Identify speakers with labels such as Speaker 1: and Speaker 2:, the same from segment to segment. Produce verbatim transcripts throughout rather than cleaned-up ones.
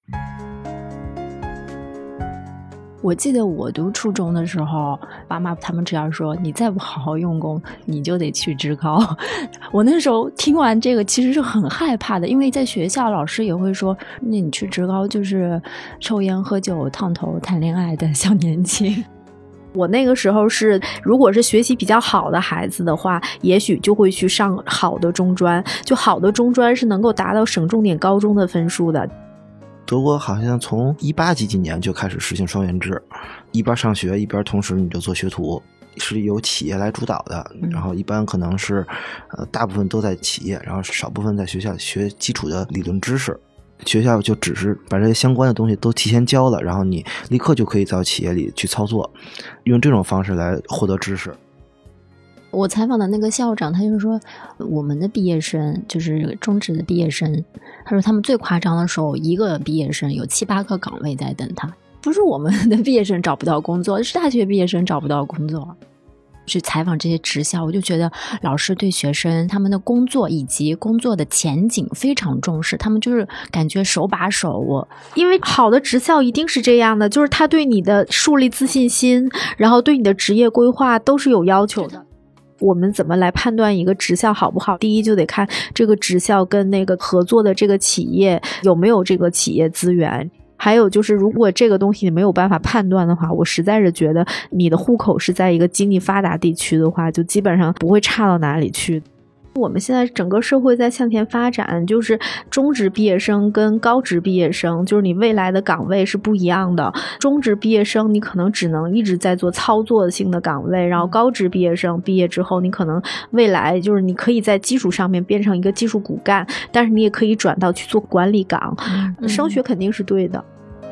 Speaker 1: 我记得我读初中的时候，爸妈他们只要说你再不好好用功，你就得去职高。我那时候听完这个其实是很害怕的，因为在学校老师也会说，那你去职高就是抽烟喝酒烫头谈恋爱的小年轻。
Speaker 2: 我那个时候是，如果是学习比较好的孩子的话，也许就会去上好的中专，就好的中专是能够达到省重点高中的分数的。
Speaker 3: 德国好像从一八几几年就开始实行双元制，一边上学一边同时你就做学徒，是由企业来主导的，然后一般可能是呃大部分都在企业，然后少部分在学校学基础的理论知识。学校就只是把这些相关的东西都提前教了，然后你立刻就可以到企业里去操作，用这种方式来获得知识。
Speaker 1: 我采访的那个校长他就说，我们的毕业生就是中职的毕业生，他说他们最夸张的时候，一个毕业生有七八个岗位在等他，不是我们的毕业生找不到工作，是大学毕业生找不到工作。去采访这些职校，我就觉得老师对学生他们的工作以及工作的前景非常重视，他们就是感觉手把手。我
Speaker 2: 因为好的职校一定是这样的，就是他对你的树立自信心，然后对你的职业规划都是有要求的。我们怎么来判断一个职校好不好？第一就得看这个职校跟那个合作的这个企业有没有这个企业资源，还有就是如果这个东西你没有办法判断的话，我实在是觉得你的户口是在一个经济发达地区的话，就基本上不会差到哪里去。我们现在整个社会在向前发展，就是中职毕业生跟高职毕业生，就是你未来的岗位是不一样的。中职毕业生你可能只能一直在做操作性的岗位，然后高职毕业生毕业之后，你可能未来就是你可以在技术上面变成一个技术骨干，但是你也可以转到去做管理岗。嗯、升学肯定是对的。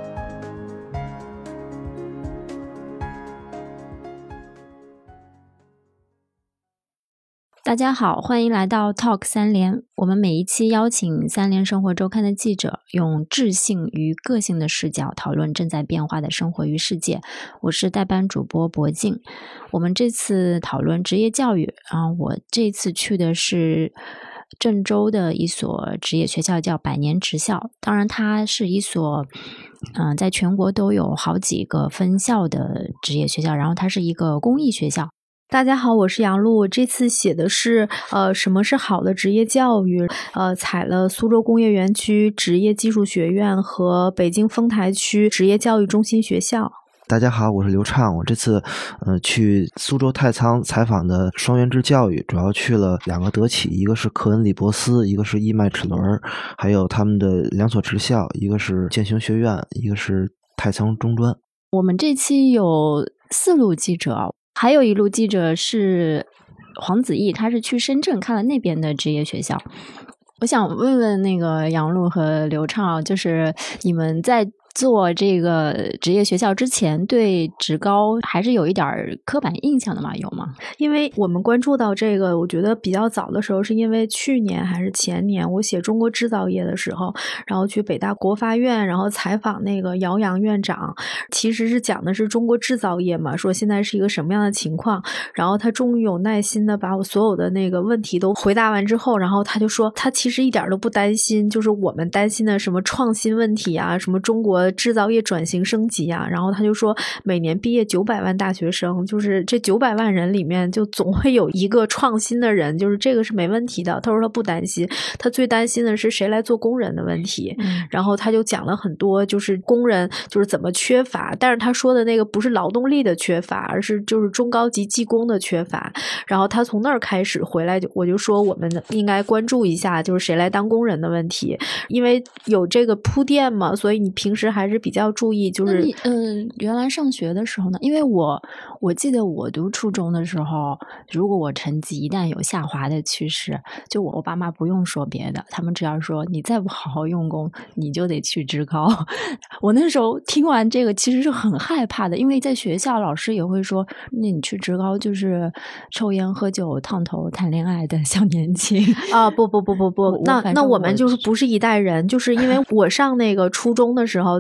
Speaker 1: 大家好，欢迎来到 Talk 三联。我们每一期邀请三联生活周刊的记者，用智性与个性的视角讨论正在变化的生活与世界。我是代班主播博静。我们这次讨论职业教育啊，我这次去的是郑州的一所职业学校，叫百年职校。当然，它是一所嗯、呃，在全国都有好几个分校的职业学校，然后它是一个公益学校。
Speaker 2: 大家好，我是杨璐。我这次写的是呃什么是好的职业教育，呃采了苏州工业园区职业技术学院和北京丰台区职业教育中心学校。
Speaker 3: 大家好，我是刘畅。我这次呃去苏州太仓采访的双元制教育，主要去了两个德企，一个是科恩里伯斯，一个是易迈齿轮，还有他们的两所职校，一个是建雄学院，一个是太仓中专。
Speaker 1: 我们这期有四路记者，还有一路记者是黄子毅，他是去深圳看了那边的职业学校。我想问问那个杨璐和刘畅，就是你们在做这个职业学校之前，对职高还是有一点刻板印象的吗？有吗？
Speaker 2: 因为我们关注到这个，我觉得比较早的时候，是因为去年还是前年，我写中国制造业的时候，然后去北大国发院，然后采访那个姚洋院长，其实是讲的是中国制造业嘛，说现在是一个什么样的情况，然后他终于有耐心的把我所有的那个问题都回答完之后，然后他就说他其实一点都不担心，就是我们担心的什么创新问题啊，什么中国制造业转型升级啊，然后他就说每年毕业九百万大学生，就是这九百万人里面就总会有一个创新的人，就是这个是没问题的。他说他不担心，他最担心的是谁来做工人的问题。嗯、然后他就讲了很多，就是工人就是怎么缺乏，但是他说的那个不是劳动力的缺乏，而是就是中高级技工的缺乏。然后他从那儿开始回来，我就说我们应该关注一下，就是谁来当工人的问题，因为有这个铺垫嘛，所以你平时还是比较注意。就是
Speaker 1: 嗯、呃，原来上学的时候呢，因为我我记得我读初中的时候，如果我成绩一旦有下滑的趋势，就我我爸妈不用说别的，他们只要说你再不好好用功，你就得去职高。我那时候听完这个其实是很害怕的，因为在学校老师也会说，那你去职高就是抽烟喝酒烫头谈恋爱的小年轻
Speaker 2: 啊！不不不不不，那那我们就是不是一代人，就是因为我上那个初中的时候，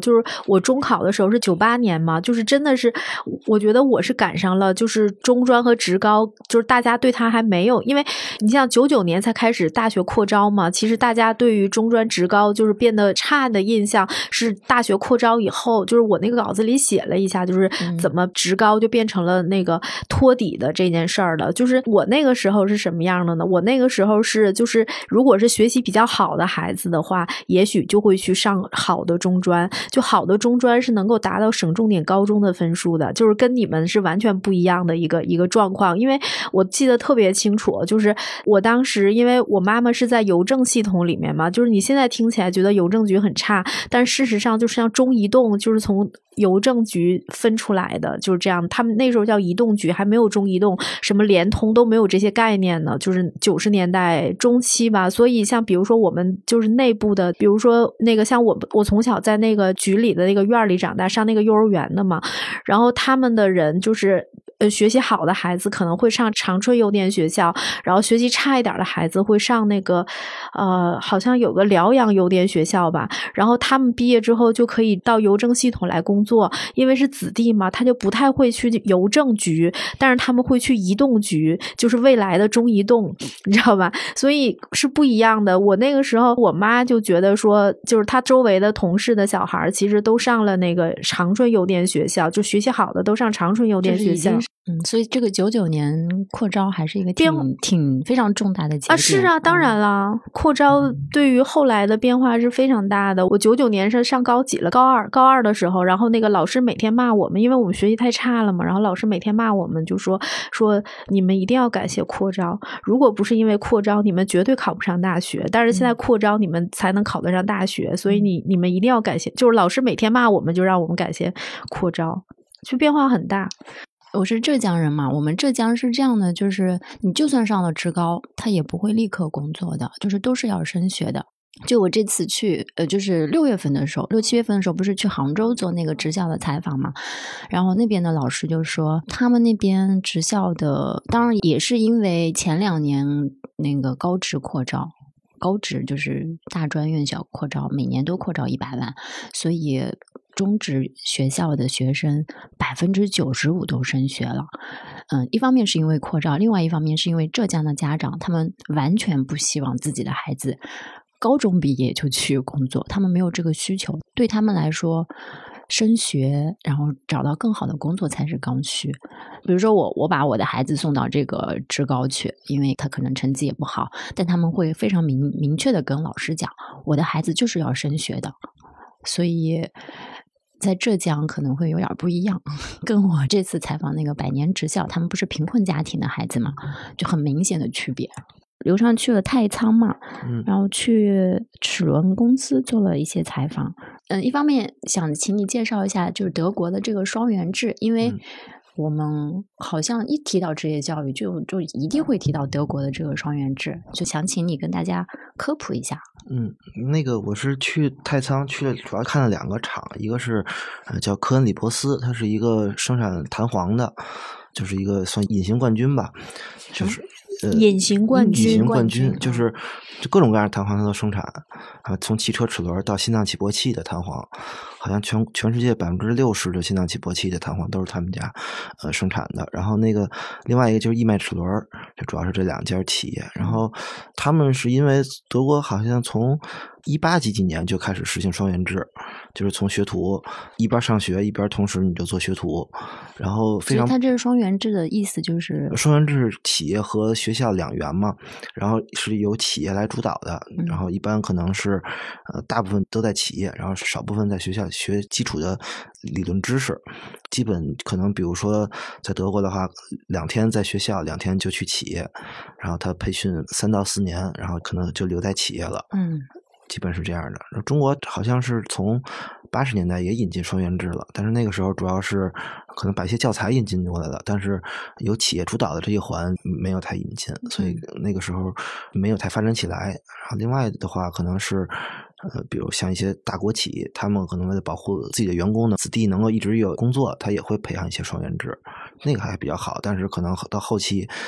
Speaker 2: 就是我中考的时候是九八年嘛，就是真的是，我觉得我是赶上了，就是中专和职高，就是大家对他还没有，因为你像九九年才开始大学扩招嘛，其实大家对于中专职高就是变得差的印象是大学扩招以后，就是我那个稿子里写了一下，就是怎么职高就变成了那个托底的这件事儿了。就是我那个时候是什么样的呢？我那个时候是就是如果是学习比较好的孩子的话，也许就会去上好的中专，就好的中专是能够达到省重点高中的分数的，就是跟你们是完全不一样的一个一个状况。因为我记得特别清楚，就是我当时因为我妈妈是在邮政系统里面嘛，就是你现在听起来觉得邮政局很差，但事实上就是像中移动就是从邮政局分出来的，就是这样。他们那时候叫移动局，还没有中移动，什么联通都没有这些概念呢，就是九十年代中期吧。所以像比如说我们就是内部的，比如说那个像我我从小在那个局里的那个院里长大，上那个幼儿园的嘛，然后他们的人就是呃学习好的孩子可能会上长春邮电学校，然后学习差一点的孩子会上那个呃好像有个辽阳邮电学校吧，然后他们毕业之后就可以到邮政系统来工作，因为是子弟嘛，他就不太会去邮政局，但是他们会去移动局，就是未来的中移动，你知道吧？所以是不一样的。我那个时候我妈就觉得说，就是她周围的同事的小孩其实都上了那个长春邮电学校，就学习好的都上长春邮电学校。
Speaker 1: 嗯，所以这个九九年扩招还是一个挺挺非常重大的节点
Speaker 2: 啊！是啊，当然了，扩招对于后来的变化是非常大的。我九九年是上高几了，高二高二的时候，然后那个老师每天骂我们，因为我们学习太差了嘛，然后老师每天骂我们，就说说你们一定要感谢扩招，如果不是因为扩招，你们绝对考不上大学。但是现在扩招，你们才能考得上大学，所以你你们一定要感谢，就是老师每天骂我们，就让我们感谢扩招，就变化很大。
Speaker 1: 我是浙江人嘛，我们浙江是这样的，就是你就算上了职高，他也不会立刻工作的，就是都是要升学的。就我这次去，呃，就是六月份的时候，六七月份的时候，不是去杭州做那个职校的采访嘛，然后那边的老师就说，他们那边职校的，当然也是因为前两年那个高职扩招。高职就是大专院校扩招，每年都扩招一百万，所以中职学校的学生百分之九十五都升学了。嗯，一方面是因为扩招，另外一方面是因为浙江的家长他们完全不希望自己的孩子高中毕业就去工作，他们没有这个需求，对他们来说升学然后找到更好的工作才是刚需。比如说我我把我的孩子送到这个职高去，因为他可能成绩也不好，但他们会非常明明确的跟老师讲，我的孩子就是要升学的。所以在浙江可能会有点不一样，跟我这次采访那个百年职校，他们不是贫困家庭的孩子嘛，就很明显的区别。刘畅去了太仓嘛，
Speaker 3: 嗯，
Speaker 1: 然后去齿轮公司做了一些采访。嗯，一方面想请你介绍一下，就是德国的这个双元制，因为我们好像一提到职业教育就就一定会提到德国的这个双元制，就想请你跟大家科普一下。
Speaker 3: 嗯，那个我是去太仓去了，主要看了两个厂，一个是呃叫科恩里珀斯，它是一个生产弹簧的，就是一个算隐形冠军吧，就是呃
Speaker 2: 隐形冠军，
Speaker 3: 隐形冠军就是就各种各样的弹簧它都生产啊，从汽车齿轮到心脏起搏器的弹簧，好像全全世界百分之六十的心脏起搏器的弹簧都是他们家呃生产的。然后那个另外一个就是易迈齿轮，就主要是这两家企业。然后他们是因为德国好像从一八几几年就开始实行双元制，就是从学徒一边上学一边同时你就做学徒，然后非常。
Speaker 1: 所以它这个双元制的意思就是
Speaker 3: 双元制企业和学校两元嘛，然后是由企业来主导的，
Speaker 1: 嗯、
Speaker 3: 然后一般可能是呃大部分都在企业，然后少部分在学校学基础的理论知识，基本可能比如说在德国的话，两天在学校，两天就去企业，然后他培训三到四年，然后可能就留在企业了。
Speaker 1: 嗯。
Speaker 3: 基本是这样的。中国好像是从八十年代也引进双元制了，但是那个时候主要是可能把一些教材引进过来了，但是由企业主导的这一环没有太引进，所以那个时候没有太发展起来。然后另外的话，可能是呃，比如像一些大国企，他们可能为了保护自己的员工呢，子弟能够一直有工作，他也会培养一些双元制，那个还比较好。但是可能到后期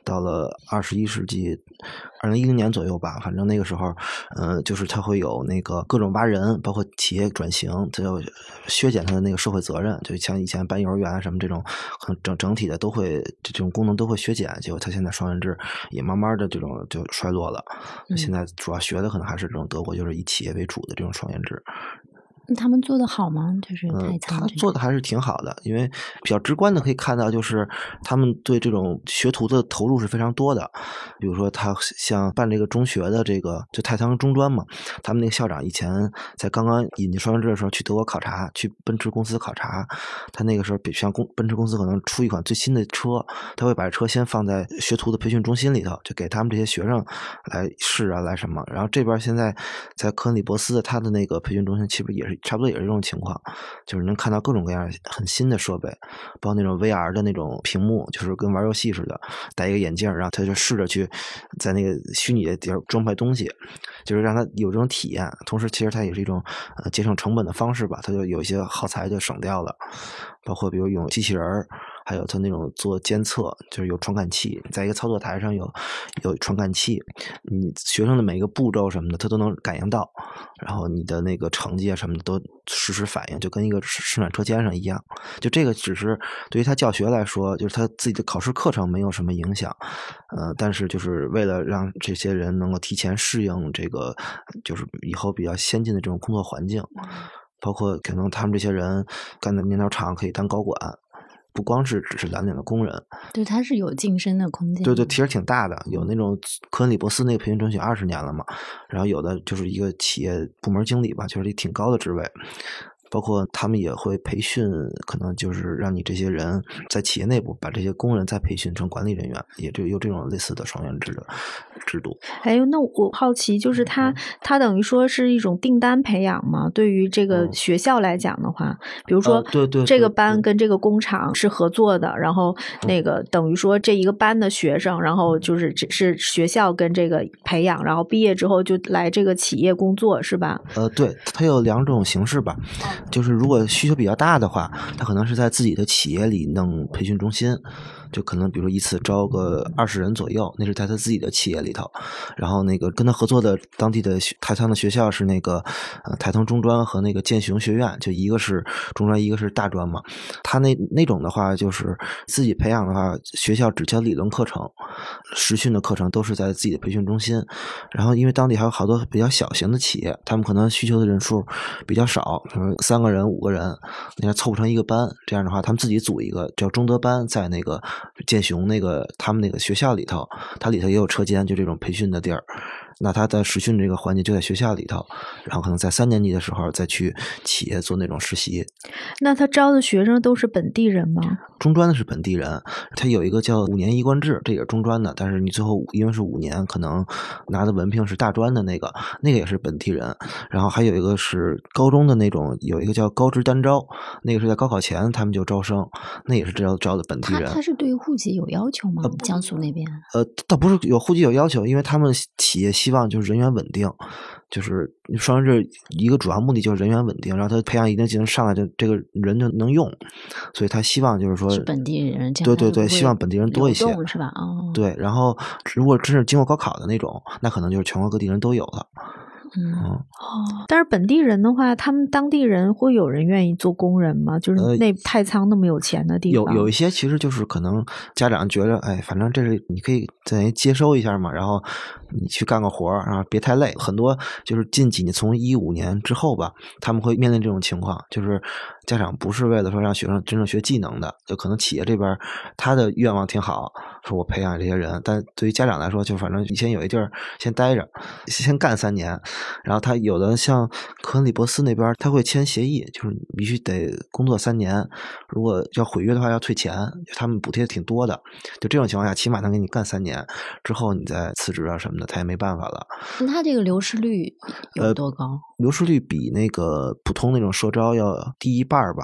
Speaker 3: 到了二十一世纪二零一零年左右吧，反正那个时候呃就是它会有那个各种挖人，包括企业转型，它要削减它的那个社会责任，就像以前办幼儿园啊什么这种可能整整体的都会这种功能都会削减，结果它现在双元制也慢慢的这种就衰落了、嗯、现在主要学的可能还是这种德国就是以企业为主的这种双元制。
Speaker 1: 他们做的好吗？就是太仓、
Speaker 3: 嗯、他做的还是挺好的，因为比较直观的可以看到，就是他们对这种学徒的投入是非常多的。比如说，他像办这个中学的这个，就太仓中专嘛，他们那个校长以前在刚刚引进双元制的时候去德国考察，去奔驰公司考察，他那个时候比像公奔驰公司可能出一款最新的车，他会把车先放在学徒的培训中心里头，就给他们这些学生来试啊，来什么。然后这边现在在科恩里伯斯他的那个培训中心，其实也是。差不多也是这种情况，就是能看到各种各样很新的设备，包括那种 V R 的那种屏幕，就是跟玩游戏似的，戴一个眼镜，然后他就试着去在那个虚拟的地儿装配东西，就是让他有这种体验。同时，其实它也是一种呃节省成本的方式吧，它就有一些耗材就省掉了，包括比如用机器人儿。还有它那种做监测，就是有传感器，在一个操作台上有有传感器，你学生的每一个步骤什么的，它都能感应到，然后你的那个成绩啊什么的都实时反应，就跟一个生产车间上一样。就这个只是对于他教学来说，就是他自己的考试课程没有什么影响，呃，但是就是为了让这些人能够提前适应这个，就是以后比较先进的这种工作环境，包括可能他们这些人干的面料厂可以当高管。不光是只是蓝领的工人，
Speaker 1: 对，它是有晋升的空间。
Speaker 3: 对对，其实挺大的，有那种科恩里伯斯那个培训中学二十年了嘛，然后有的就是一个企业部门经理吧，就是一挺高的职位。包括他们也会培训，可能就是让你这些人在企业内部把这些工人再培训成管理人员，也就有这种类似的双元制的制度。
Speaker 2: 还有，那我好奇，就是他、嗯、他等于说是一种订单培养吗？对于这个学校来讲的话，比如说，
Speaker 3: 呃、对, 对, 对
Speaker 2: 这个班跟这个工厂是合作的，然后那个等于说这一个班的学生，然后就是只是学校跟这个培养，然后毕业之后就来这个企业工作，是吧？
Speaker 3: 呃，对，它有两种形式吧。就是如果需求比较大的话，他可能是在自己的企业里弄培训中心，就可能比如说一次招个二十人左右，那是在他自己的企业里头。然后那个跟他合作的当地的台仓的学校是那个呃台仓中专和那个建雄学院，就一个是中专，一个是大专嘛。他那那种的话，就是自己培养的话，学校只教理论课程，实训的课程都是在自己的培训中心。然后因为当地还有好多比较小型的企业，他们可能需求的人数比较少，可能三个人五个人，那样凑不成一个班，这样的话他们自己组一个叫中德班，在那个建雄那个他们那个学校里头，它里头也有车间，就这种培训的地儿。那他的实训这个环节就在学校里头，然后可能在三年级的时候再去企业做那种实习。
Speaker 2: 那他招的学生都是本地人吗？
Speaker 3: 中专的是本地人，他有一个叫五年一贯制，这也是中专的，但是你最后因为是五年，可能拿的文凭是大专的那个，那个也是本地人。然后还有一个是高中的那种，有一个叫高职单招，那个是在高考前他们就招生，那也是招招的本地人。
Speaker 1: 他他是对户籍有要求吗？呃、江苏那边？
Speaker 3: 呃，倒不是有户籍有要求，因为他们企业希望就是人员稳定。就是双元制一个主要目的就是人员稳定，然后他培养一定技能上来，就这个人就能用，所以他希望就是说
Speaker 1: 是本地人，
Speaker 3: 对对对，希望本地人多一些，
Speaker 1: 是吧？哦，
Speaker 3: 对，然后如果真是经过高考的那种，那可能就是全国各地人都有了。
Speaker 2: 嗯哦，但是本地人的话，他们当地人会有人愿意做工人吗？就是那太仓那么有钱的地方，
Speaker 3: 呃、有有一些其实就是可能家长觉得，哎，反正这是你可以再接收一下嘛，然后你去干个活，然后别太累。很多就是近几年，从一五年之后吧，他们会面临这种情况，就是家长不是为了说让学生真正学技能的，就可能企业这边他的愿望挺好，说我培养这些人，但对于家长来说，就反正你先有一地儿先待着，先干三年。然后他有的像科恩里伯斯那边，他会签协议，就是你必须得工作三年，如果要毁约的话要退钱，他们补贴挺多的。就这种情况下，起码能给你干三年，之后你再辞职啊什么的，他也没办法了。
Speaker 1: 那他这个流失率有多高？
Speaker 3: 呃、流失率比那个普通那种社招要低一半吧。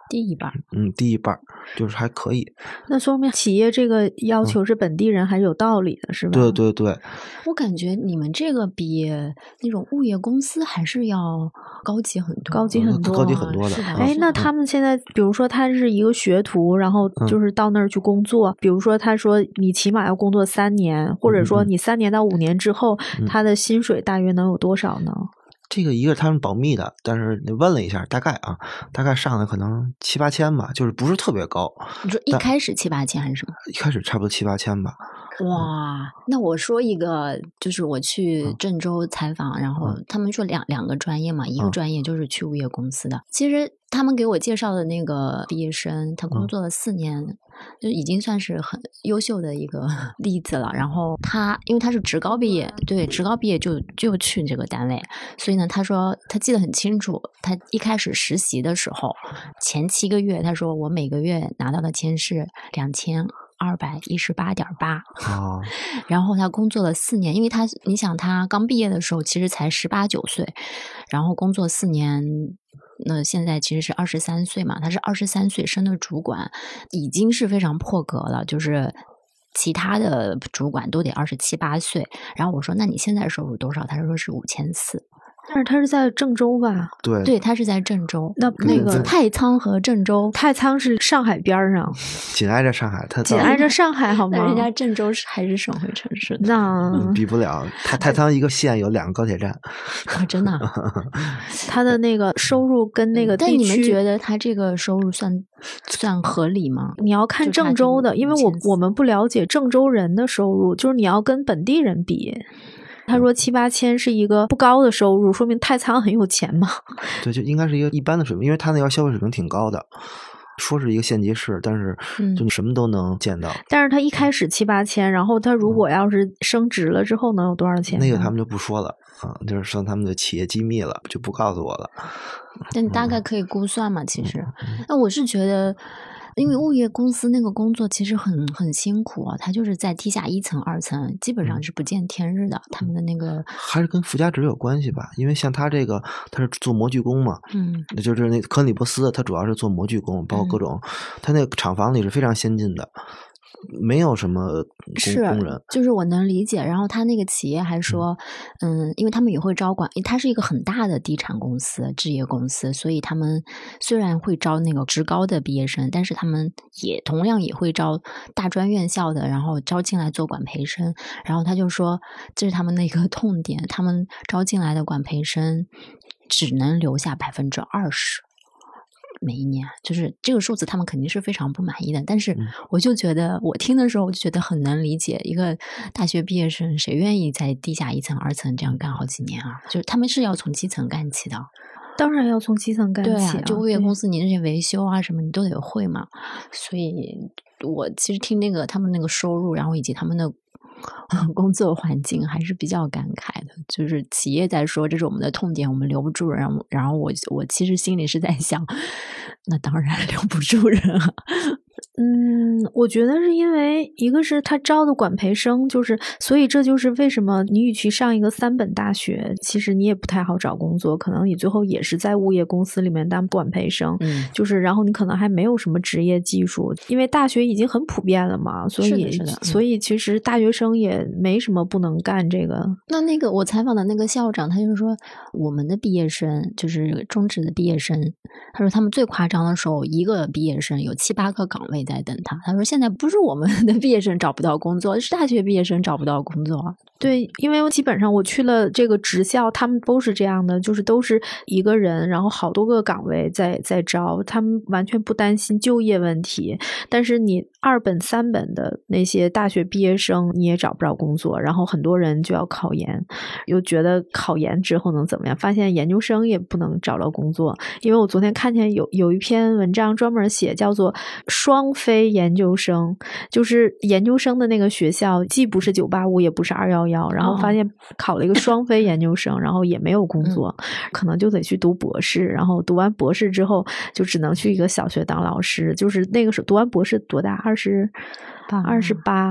Speaker 1: 低一半，
Speaker 3: 嗯，低一半就是还可以。
Speaker 2: 那说明企业这个要求是本地人还是有道理的，是吧？
Speaker 3: 对对对，
Speaker 1: 我感觉你们这个比那种物业公司还是要高级很多，
Speaker 2: 高级很多，
Speaker 3: 高级很多的。
Speaker 1: 是的
Speaker 2: 哎，那他们现在，比如说他是一个学徒，然后就是到那儿去工作，嗯、比如说他说你起码要工作三年，或者说你三年到五年之后，
Speaker 3: 嗯、
Speaker 2: 他的薪水大约能有多少呢？
Speaker 3: 这个一个他们保密的，但是你问了一下，大概啊，大概上来可能七八千吧，就是不是特别高。
Speaker 1: 你说一开始七八千还是什么？
Speaker 3: 一开始差不多七八千吧。
Speaker 1: 哇，那我说一个，就是我去郑州采访，嗯、然后他们说两两个专业嘛，一个专业就是去物业公司的。嗯、其实他们给我介绍的那个毕业生，他工作了四年。嗯就已经算是很优秀的一个例子了。然后他因为他是职高毕业，对，职高毕业就就去这个单位，所以呢，他说他记得很清楚，他一开始实习的时候，前七个月，他说我每个月拿到的钱是两千二百一十八点八，然后他工作了四年，因为他你想他刚毕业的时候其实才十八九岁，然后工作四年。那现在其实是二十三岁嘛，他是二十三岁升的主管，已经是非常破格了，就是其他的主管都得二十七八岁。然后我说，那你现在收入多少？他说是五千四。
Speaker 2: 但是他是在郑州吧？
Speaker 3: 对，
Speaker 1: 对，他是在郑州。
Speaker 2: 那那个
Speaker 1: 太仓和郑州，
Speaker 2: 太仓是上海边上，
Speaker 3: 紧挨着上海，它
Speaker 2: 紧挨着上海好吗？
Speaker 1: 那人家郑州是还是省会城市，
Speaker 2: 那、
Speaker 3: 嗯、比不了。太太仓一个县有两个高铁站，
Speaker 1: 啊，真的。
Speaker 2: 他的那个收入跟那个地区，
Speaker 1: 但你们觉得他这个收入算算合理吗？
Speaker 2: 你要看郑州的，因为我我们不了解郑州人的收入，就是你要跟本地人比。他说七八千是一个不高的收入，说明太仓很有钱嘛。
Speaker 3: 对，就应该是一个一般的水平，因为他那个消费水平挺高的。说是一个县级市，但是就你什么都能见到。
Speaker 2: 嗯、但是他一开始七八千，然后他如果要是升职了之后能有多少钱？
Speaker 3: 那个他们就不说了啊，就是说他们的企业机密了，就不告诉我了。
Speaker 1: 但你大概可以估算嘛，其实。那我是觉得。因为物业公司那个工作其实很很辛苦啊，它就是在地下一层、二层，基本上是不见天日的。嗯、他们的那个
Speaker 3: 还是跟附加值有关系吧，因为像他这个，他是做模具工嘛，
Speaker 1: 嗯，
Speaker 3: 就是那科恩里伯斯，他主要是做模具工，包括各种，嗯、他那个厂房里是非常先进的。没有什么工
Speaker 1: 是
Speaker 3: 工人，
Speaker 1: 就是我能理解。然后他那个企业还说，嗯，嗯因为他们也会招管，它是一个很大的地产公司、置业公司，所以他们虽然会招那个职高的毕业生，但是他们也同样也会招大专院校的，然后招进来做管培生。然后他就说，这是他们那个痛点，他们招进来的管培生只能留下百分之二十。每一年就是这个数字，他们肯定是非常不满意的。但是我就觉得，我听的时候我就觉得很能理解，一个大学毕业生谁愿意在地下一层、二层这样干好几年啊？就是他们是要从基层干起的。
Speaker 2: 当然要从基层干起、啊。
Speaker 1: 对啊，就物业公司你那些维修啊什么，你都得会嘛。所以我其实听那个他们那个收入，然后以及他们的工作环境还是比较感慨的，就是企业在说这是我们的痛点，我们留不住人，然后然后我我其实心里是在想，那当然留不住人啊。
Speaker 2: 嗯，我觉得是因为一个是他招的管培生，就是所以这就是为什么你与其上一个三本大学，其实你也不太好找工作，可能你最后也是在物业公司里面当管培生，
Speaker 1: 嗯，
Speaker 2: 就是然后你可能还没有什么职业技术，因为大学已经很普遍了嘛，所以
Speaker 1: 是的是的、嗯、
Speaker 2: 所以其实大学生也没什么不能干这个。
Speaker 1: 那那个我采访的那个校长，他就说我们的毕业生就是中职的毕业生，他说他们最夸张的时候，一个毕业生有七八个岗位在等他。他说现在不是我们的毕业生找不到工作，是大学毕业生找不到工作。
Speaker 2: 对，因为基本上我去了这个职校，他们都是这样的，就是都是一个人，然后好多个岗位在在招，他们完全不担心就业问题。但是你二本三本的那些大学毕业生，你也找不着工作，然后很多人就要考研，又觉得考研之后能怎么样？发现研究生也不能找到工作，因为我昨天看见有有一篇文章专门写叫做双非研究生，就是研究生的那个学校既不是九八五也不是二幺幺，然后发现考了一个双非研究生，然后也没有工作，嗯、可能就得去读博士，然后读完博士之后就只能去一个小学当老师，就是那个时候读完博士多大？二十八，二十八。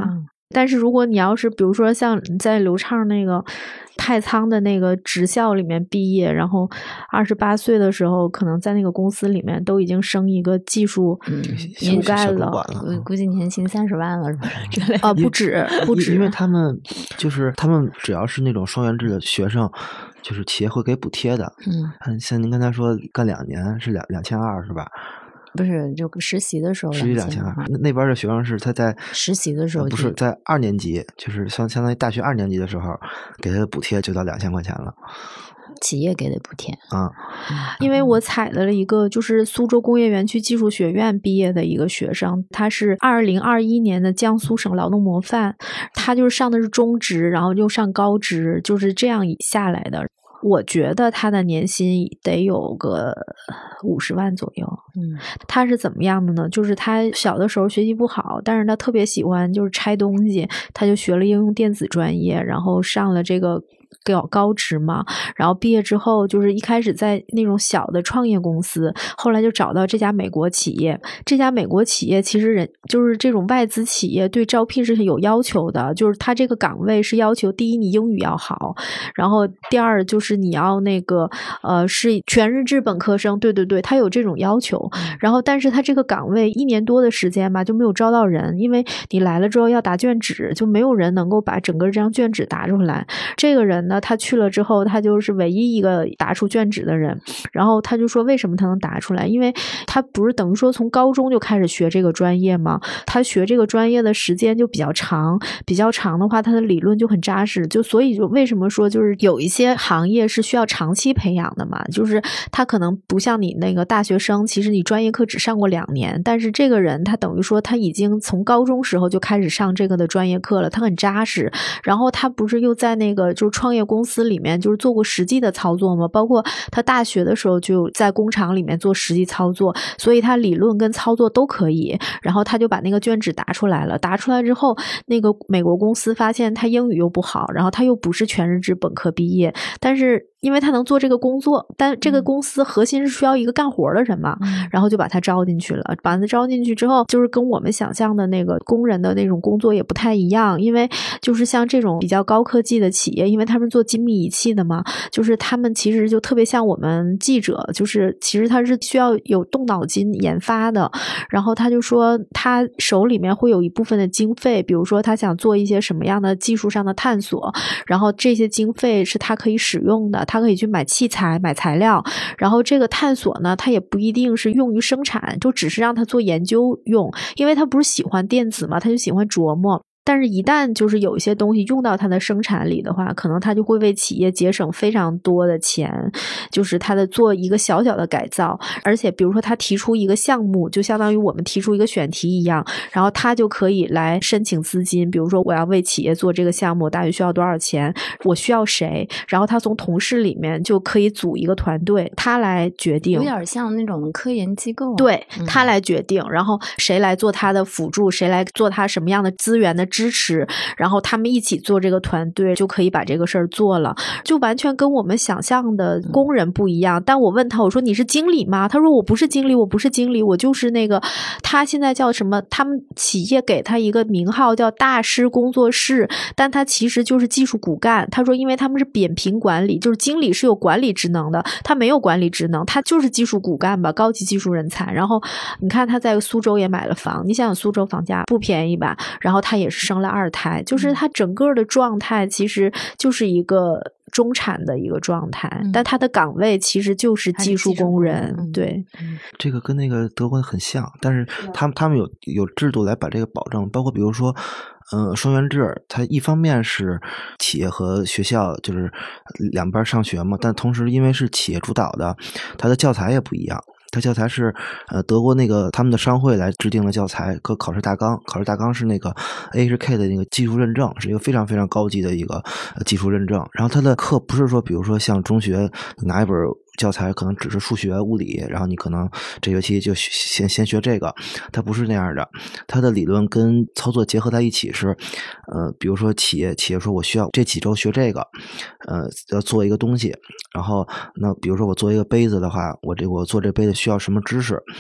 Speaker 2: 但是如果你要是比如说像你在刘畅那个太仓的那个职校里面毕业，然后二十八岁的时候可能在那个公司里面都已经升一个技术骨干了，
Speaker 1: 估估计年薪三十万了是吧？之类
Speaker 2: 啊，不止不止，
Speaker 3: 因为他们就是他们只要是那种双元制的学生，就是企业会给补贴的。
Speaker 1: 嗯，
Speaker 3: 像您刚才说干两年是两两千二是吧？
Speaker 1: 不是，就实习的时候
Speaker 3: 实习两千二，那边的学生是他在
Speaker 1: 实习的时候、呃、
Speaker 3: 不是在二年级，就是相相当于大学二年级的时候给他的补贴就到两千块钱了。
Speaker 1: 企业给的补贴
Speaker 3: 啊、
Speaker 2: 嗯，因为我采了一个就是苏州工业园区技术学院毕业的一个学生，他是二零二一年的江苏省劳动模范，他就是上的是中职，然后又上高职，就是这样下来的。我觉得他的年薪得有个五十万左右。
Speaker 1: 嗯，
Speaker 2: 他是怎么样的呢？就是他小的时候学习不好，但是他特别喜欢就是拆东西，他就学了应用电子专业，然后上了这个高高职嘛，然后毕业之后就是一开始在那种小的创业公司，后来就找到这家美国企业。这家美国企业其实人就是这种外资企业对招聘是有要求的，就是他这个岗位是要求第一你英语要好，然后第二就是你要那个呃是全日制本科生，对对对，他有这种要求。然后但是他这个岗位一年多的时间吧就没有招到人，因为你来了之后要答卷纸，就没有人能够把整个这张卷纸答出来。这个人呢他去了之后他就是唯一一个答出卷纸的人，然后他就说为什么他能答出来，因为他不是等于说从高中就开始学这个专业吗？他学这个专业的时间就比较长，比较长的话他的理论就很扎实，就所以就为什么说就是有一些行业是需要长期培养的嘛，就是他可能不像你那个大学生，其实你专业课只上过两年，但是这个人他等于说他已经从高中时候就开始上这个的专业课了，他很扎实，然后他不是又在那个就是创业公司里面就是做过实际的操作吗？包括他大学的时候就在工厂里面做实际操作，所以他理论跟操作都可以，然后他就把那个卷纸答出来了。答出来之后那个美国公司发现他英语又不好，然后他又不是全日制本科毕业，但是因为他能做这个工作，但这个公司核心是需要一个干活的人嘛，嗯、然后就把他招进去了。把他招进去之后，就是跟我们想象的那个工人的那种工作也不太一样，因为就是像这种比较高科技的企业，因为他们做精密仪器的嘛，就是他们其实就特别像我们记者，就是其实他是需要有动脑筋研发的。然后他就说他手里面会有一部分的经费，比如说他想做一些什么样的技术上的探索，然后这些经费是他可以使用的，他可以去买器材买材料，然后这个探索呢他也不一定是用于生产，就只是让他做研究用，因为他不是喜欢电子嘛，他就喜欢琢磨。但是一旦就是有一些东西用到它的生产里的话，可能它就会为企业节省非常多的钱，就是它的做一个小小的改造。而且比如说他提出一个项目，就相当于我们提出一个选题一样，然后他就可以来申请资金，比如说我要为企业做这个项目，大约需要多少钱，我需要谁，然后他从同事里面就可以组一个团队，他来决定，
Speaker 1: 有点像那种科研机构、啊、
Speaker 2: 对、嗯、他来决定，然后谁来做他的辅助，谁来做他什么样的资源的支持，然后他们一起做这个团队就可以把这个事儿做了，就完全跟我们想象的工人不一样。但我问他，我说你是经理吗？他说我不是经理，我不是经理，我就是那个他现在叫什么，他们企业给他一个名号叫大师工作室，但他其实就是技术骨干。他说因为他们是扁平管理，就是经理是有管理职能的，他没有管理职能，他就是技术骨干吧，高级技术人才。然后你看他在苏州也买了房，你想想苏州房价不便宜吧，然后他也是生了二胎，就是他整个的状态其实就是一个中产的一个状态、嗯、但他的岗位其实就是技术工人、嗯、对、
Speaker 3: 嗯、这个跟那个德国很像，但是他们他们有有制度来把这个保证，包括比如说呃，双元制它一方面是企业和学校就是两边上学嘛，但同时因为是企业主导的，它的教材也不一样。它教材是呃德国那个他们的商会来制定的教材和考试大纲，考试大纲是那个 A H K 的那个技术认证，是一个非常非常高级的一个、呃、技术认证。然后它的课不是说比如说像中学拿一本教材可能只是数学物理，然后你可能这学期就先先学这个，它不是那样的，它的理论跟操作结合在一起是呃比如说企业企业说我需要这几周学这个呃要做一个东西，然后那比如说我做一个杯子的话，我这我做这杯子需要什么知识，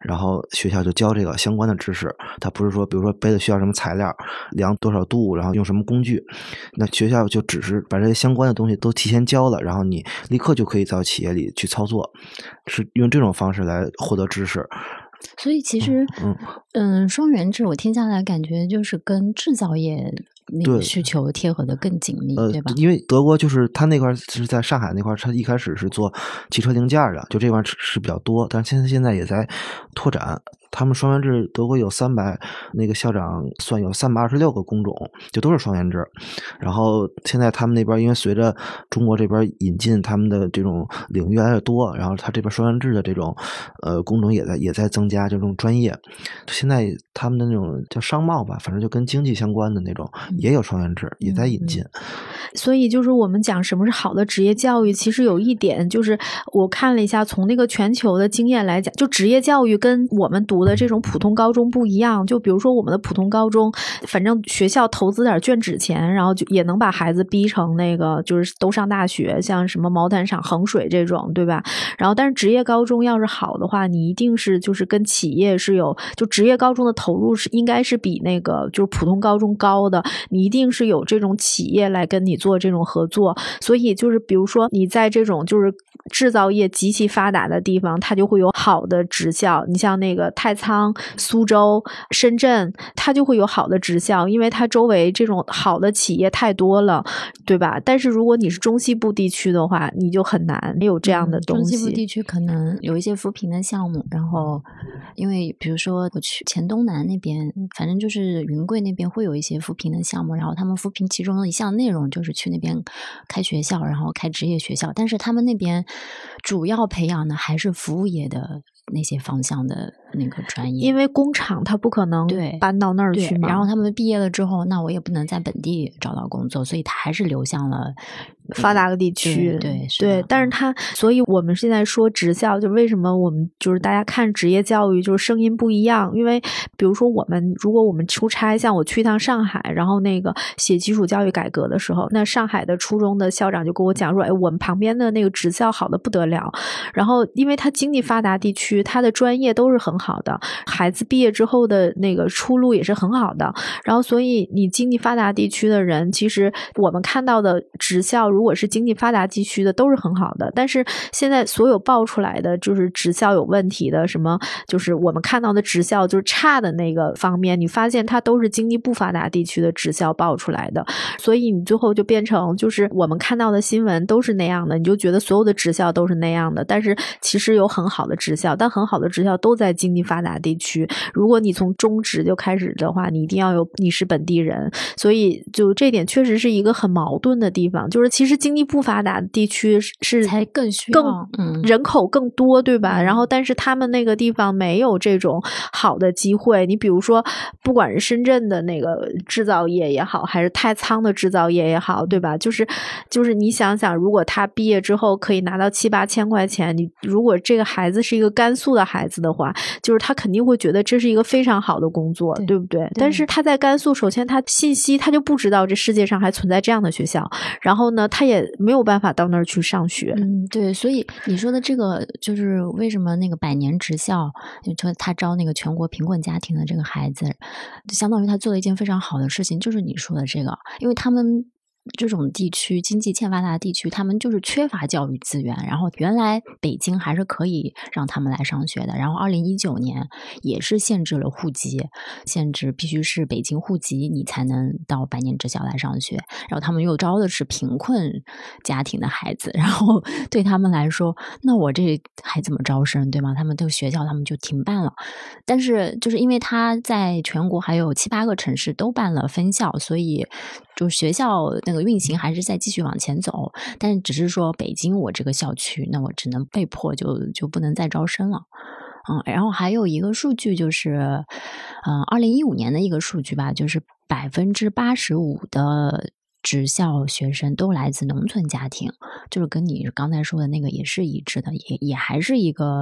Speaker 3: 然后学校就教这个相关的知识。他不是说比如说杯子需要什么材料，量多少度，然后用什么工具，那学校就只是把这些相关的东西都提前教了，然后你立刻就可以到企业里去操作，是用这种方式来获得知识。
Speaker 1: 所以其实嗯嗯，双元制我听下来感觉就是跟制造业那个需求贴合的更紧密，
Speaker 3: 呃，
Speaker 1: 对吧？
Speaker 3: 因为德国就是它那块是在上海那块，它一开始是做汽车零件的，就这块是比较多，但是现在现在也在拓展。他们双元制，德国有三百，那个校长算有三百二十六个工种，就都是双元制。然后现在他们那边因为随着中国这边引进他们的这种领域越来越多，然后他这边双元制的这种呃工种也在也在增加，这种专业。现在他们的那种叫商贸吧，反正就跟经济相关的那种、嗯、也有双元制，也在引进。
Speaker 2: 嗯所以就是我们讲什么是好的职业教育，其实有一点就是我看了一下，从那个全球的经验来讲，就职业教育跟我们读的这种普通高中不一样。就比如说我们的普通高中，反正学校投资点卷纸钱，然后就也能把孩子逼成那个就是都上大学，像什么毛坦厂、衡水这种，对吧？然后但是职业高中要是好的话，你一定是就是跟企业是有，就职业高中的投入是应该是比那个就是普通高中高的，你一定是有这种企业来跟你做这种合作。所以就是比如说你在这种就是制造业极其发达的地方，它就会有好的职校。你像那个太仓、苏州、深圳，它就会有好的职校，因为它周围这种好的企业太多了，对吧？但是如果你是中西部地区的话，你就很难有这样的东西。
Speaker 1: 嗯、中西部地区可能有一些扶贫的项目，然后因为比如说我去黔东南那边，反正就是云贵那边会有一些扶贫的项目，然后他们扶贫其中的一项内容就是去那边开学校，然后开职业学校，但是他们那边主要培养的还是服务业的那些方向的那个专业，
Speaker 2: 因为工厂它不可能搬到那儿去嘛。
Speaker 1: 然后他们毕业了之后，那我也不能在本地找到工作，所以他还是流向了
Speaker 2: 发达的地区。
Speaker 1: 对对
Speaker 2: 对，但是他，所以我们现在说职校，就为什么我们就是大家看职业教育就是声音不一样？因为比如说我们如果我们出差，像我去一趟上海，然后那个写基础教育改革的时候，那上海的初中的校长就跟我讲说，哎，我们旁边的那个职校好的不得了，然后因为他经济发达地区，他的专业都是很好的，孩子毕业之后的那个出路也是很好的，然后所以你经济发达地区的人，其实我们看到的职校如果是经济发达地区的都是很好的，但是现在所有爆出来的就是职校有问题的，什么就是我们看到的职校就是差的那个方面，你发现它都是经济不发达地区的职校爆出来的，所以你最后就变成就是我们看到的新闻都是那样的，你就觉得所有的职校都是那样的，但是其实有很好的职校，但很好的职校都在经济发达地区，如果你从中职就开始的话，你一定要有你是本地人，所以就这点确实是一个很矛盾的地方，就是其实经济不发达的地区是
Speaker 1: 才更需要
Speaker 2: 更、
Speaker 1: 嗯、
Speaker 2: 人口更多，对吧、
Speaker 1: 嗯、
Speaker 2: 然后但是他们那个地方没有这种好的机会，你比如说不管是深圳的那个制造业也好，还是太仓的制造业也好，对吧，就是就是你想想，如果他毕业之后可以拿到七八千块钱，你如果这个孩子是一个甘肃的孩子的话，就是他肯定会觉得这是一个非常好的工作， 对, 对不 对, 对但是他在甘肃，首先他信息他就不知道这世界上还存在这样的学校，然后呢他也没有办法到那儿去上学。
Speaker 1: 嗯，对，所以你说的这个就是为什么那个百年职校就他招那个全国贫困家庭的这个孩子，就相当于他做了一件非常好的事情，就是你说的这个，因为他们这种地区经济欠发达的地区，他们就是缺乏教育资源，然后原来北京还是可以让他们来上学的，然后二零一九年也是限制了户籍，限制必须是北京户籍你才能到百年职校来上学，然后他们又招的是贫困家庭的孩子，然后对他们来说，那我这还怎么招生，对吗？他们这个学校他们就停办了，但是就是因为他在全国还有七八个城市都办了分校，所以就学校那个运行还是在继续往前走，但只是说北京我这个校区，那我只能被迫就就不能再招生了。嗯，然后还有一个数据就是，嗯，二零一五年的一个数据吧，就是百分之八十五的职校学生都来自农村家庭，就是跟你刚才说的那个也是一致的，也也还是一个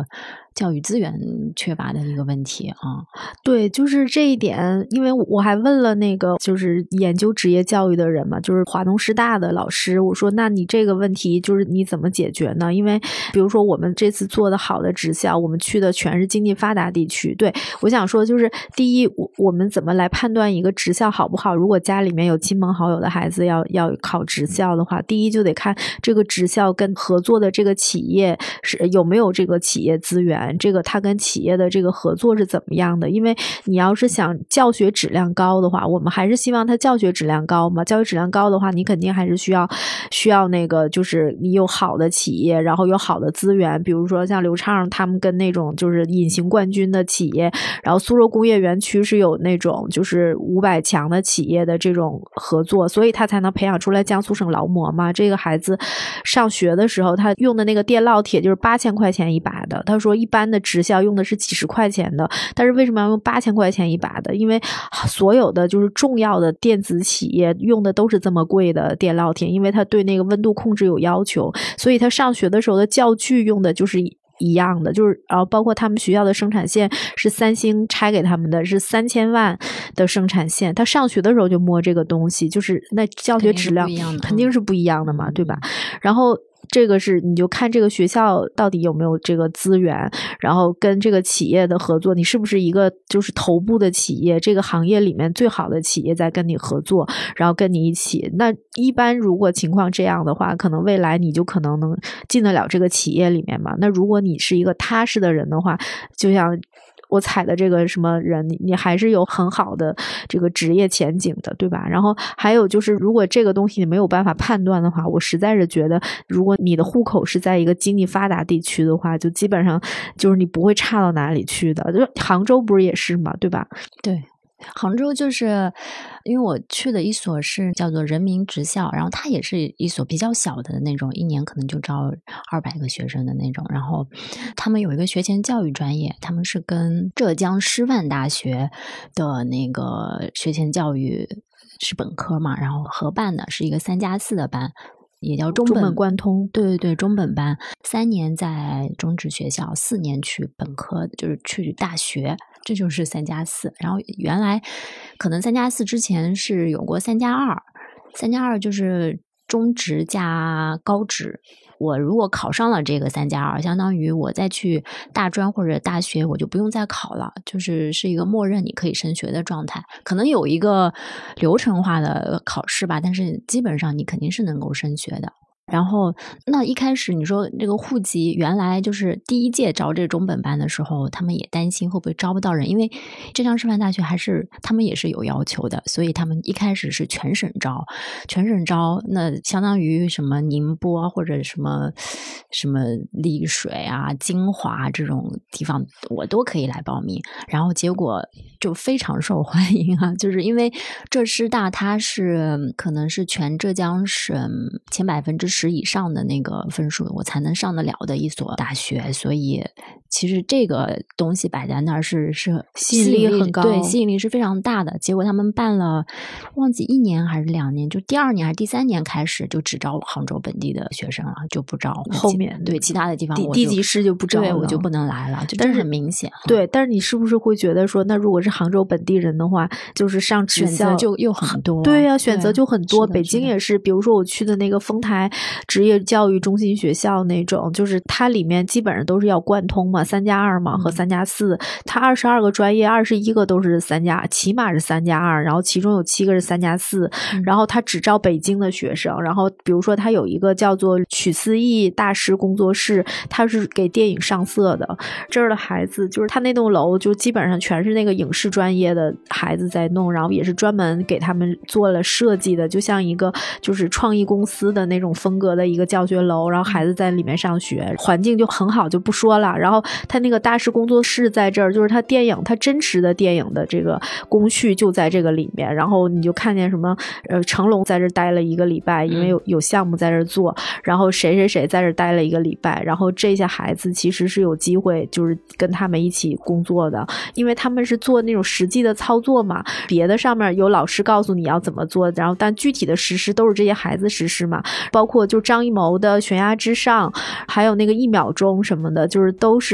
Speaker 1: 教育资源缺乏的一个问题啊。
Speaker 2: 对，就是这一点，因为我还问了那个就是研究职业教育的人嘛，就是华东师大的老师，我说那你这个问题就是你怎么解决呢？因为比如说我们这次做的好的职校，我们去的全是经济发达地区。对，我想说就是第一，我我们怎么来判断一个职校好不好？如果家里面有亲朋好友的孩子要要考职校的话，第一就得看这个职校跟合作的这个企业是有没有这个企业资源，这个它跟企业的这个合作是怎么样的。因为你要是想教学质量高的话，我们还是希望它教学质量高嘛，教学质量高的话，你肯定还是需要需要那个就是你有好的企业，然后有好的资源，比如说像刘畅他们跟那种就是隐形冠军的企业，然后苏州工业园区是有那种就是五百强的企业的这种合作，所以他才能培养出来江苏省劳模嘛。这个孩子上学的时候他用的那个电烙铁就是八千块钱一把的，他说一般的职校用的是几十块钱的，但是为什么要用八千块钱一把的？因为所有的就是重要的电子企业用的都是这么贵的电烙铁，因为他对那个温度控制有要求，所以他上学的时候的教具用的就是一样的，就是然后包括他们学校的生产线是三星拆给他们的，是三千万的生产线，他上学的时候就摸这个东西，就是那教学质量肯定是不一样的嘛，对吧？然后这个是你就看这个学校到底有没有这个资源，然后跟这个企业的合作，你是不是一个就是头部的企业，这个行业里面最好的企业在跟你合作，然后跟你一起。那一般如果情况这样的话，可能未来你就可能能进得了这个企业里面嘛。那如果你是一个踏实的人的话，就像我踩的这个什么人，你你还是有很好的这个职业前景的，对吧？然后还有就是，如果这个东西你没有办法判断的话，我实在是觉得，如果你的户口是在一个经济发达地区的话，就基本上就是你不会差到哪里去的。就杭州不是也是嘛，对吧？
Speaker 1: 对。杭州就是因为我去的一所是叫做人民职校，然后它也是一所比较小的那种，一年可能就招二百个学生的那种，然后他们有一个学前教育专业，他们是跟浙江师范大学的那个学前教育是本科嘛，然后合办的是一个三加四的班，也叫中本,
Speaker 2: 中本贯通，
Speaker 1: 对对对，中本班，三年在中职学校，四年去本科，就是去大学，这就是三加四。然后原来可能三加四之前是有过三加二，三加二就是中职加高职。我如果考上了这个三加二，相当于我再去大专或者大学，我就不用再考了，就是是一个默认你可以升学的状态。可能有一个流程化的考试吧，但是基本上你肯定是能够升学的。然后那一开始你说这个户籍，原来就是第一届招这中本班的时候，他们也担心会不会招不到人，因为浙江师范大学还是他们也是有要求的，所以他们一开始是全省招，全省招，那相当于什么宁波或者什么什么丽水啊、金华这种地方，我都可以来报名。然后结果就非常受欢迎啊，就是因为浙师大它是可能是全浙江省前百分之十以上的那个分数我才能上得了的一所大学，所以其实这个东西摆在那儿是是
Speaker 2: 吸引力很高，
Speaker 1: 对，吸引力是非常大的。结果他们办了忘记一年还是两年，就第二年还是第三年开始就只招杭州本地的学生了，就不招
Speaker 2: 后面
Speaker 1: 对其他的地方我
Speaker 2: 地级市就不招了，
Speaker 1: 对我就不能来了，就真的很明显。
Speaker 2: 对，但是你是不是会觉得说，那如果是杭州本地人的话，就是上职校
Speaker 1: 选择就又很多，
Speaker 2: 对呀、啊，选择就很多。
Speaker 1: 北
Speaker 2: 京也是，比如说我去的那个丰台职业教育中心学校那种，就是它里面基本上都是要贯通嘛，三加二嘛和三加四，它二十二个专业，二十一个都是三加，起码是三加二，然后其中有七个是三加四，然后它只招北京的学生，然后比如说它有一个叫做曲思义大师工作室，它是给电影上色的，这儿的孩子就是他那栋楼就基本上全是那个影视专业的孩子在弄，然后也是专门给他们做了设计的，就像一个就是创意公司的那种风格的一个教学楼，然后孩子在里面上学，环境就很好就不说了。然后他那个大师工作室在这儿，就是他电影他真实的电影的这个工序就在这个里面，然后你就看见什么呃成龙在这待了一个礼拜，因为有有项目在这做，然后谁谁谁在这待了一个礼拜，然后这些孩子其实是有机会就是跟他们一起工作的，因为他们是做那种实际的操作嘛，别的上面有老师告诉你要怎么做，然后但具体的实施都是这些孩子实施嘛，包括就张艺谋的悬崖之上还有那个一秒钟什么的，就是都是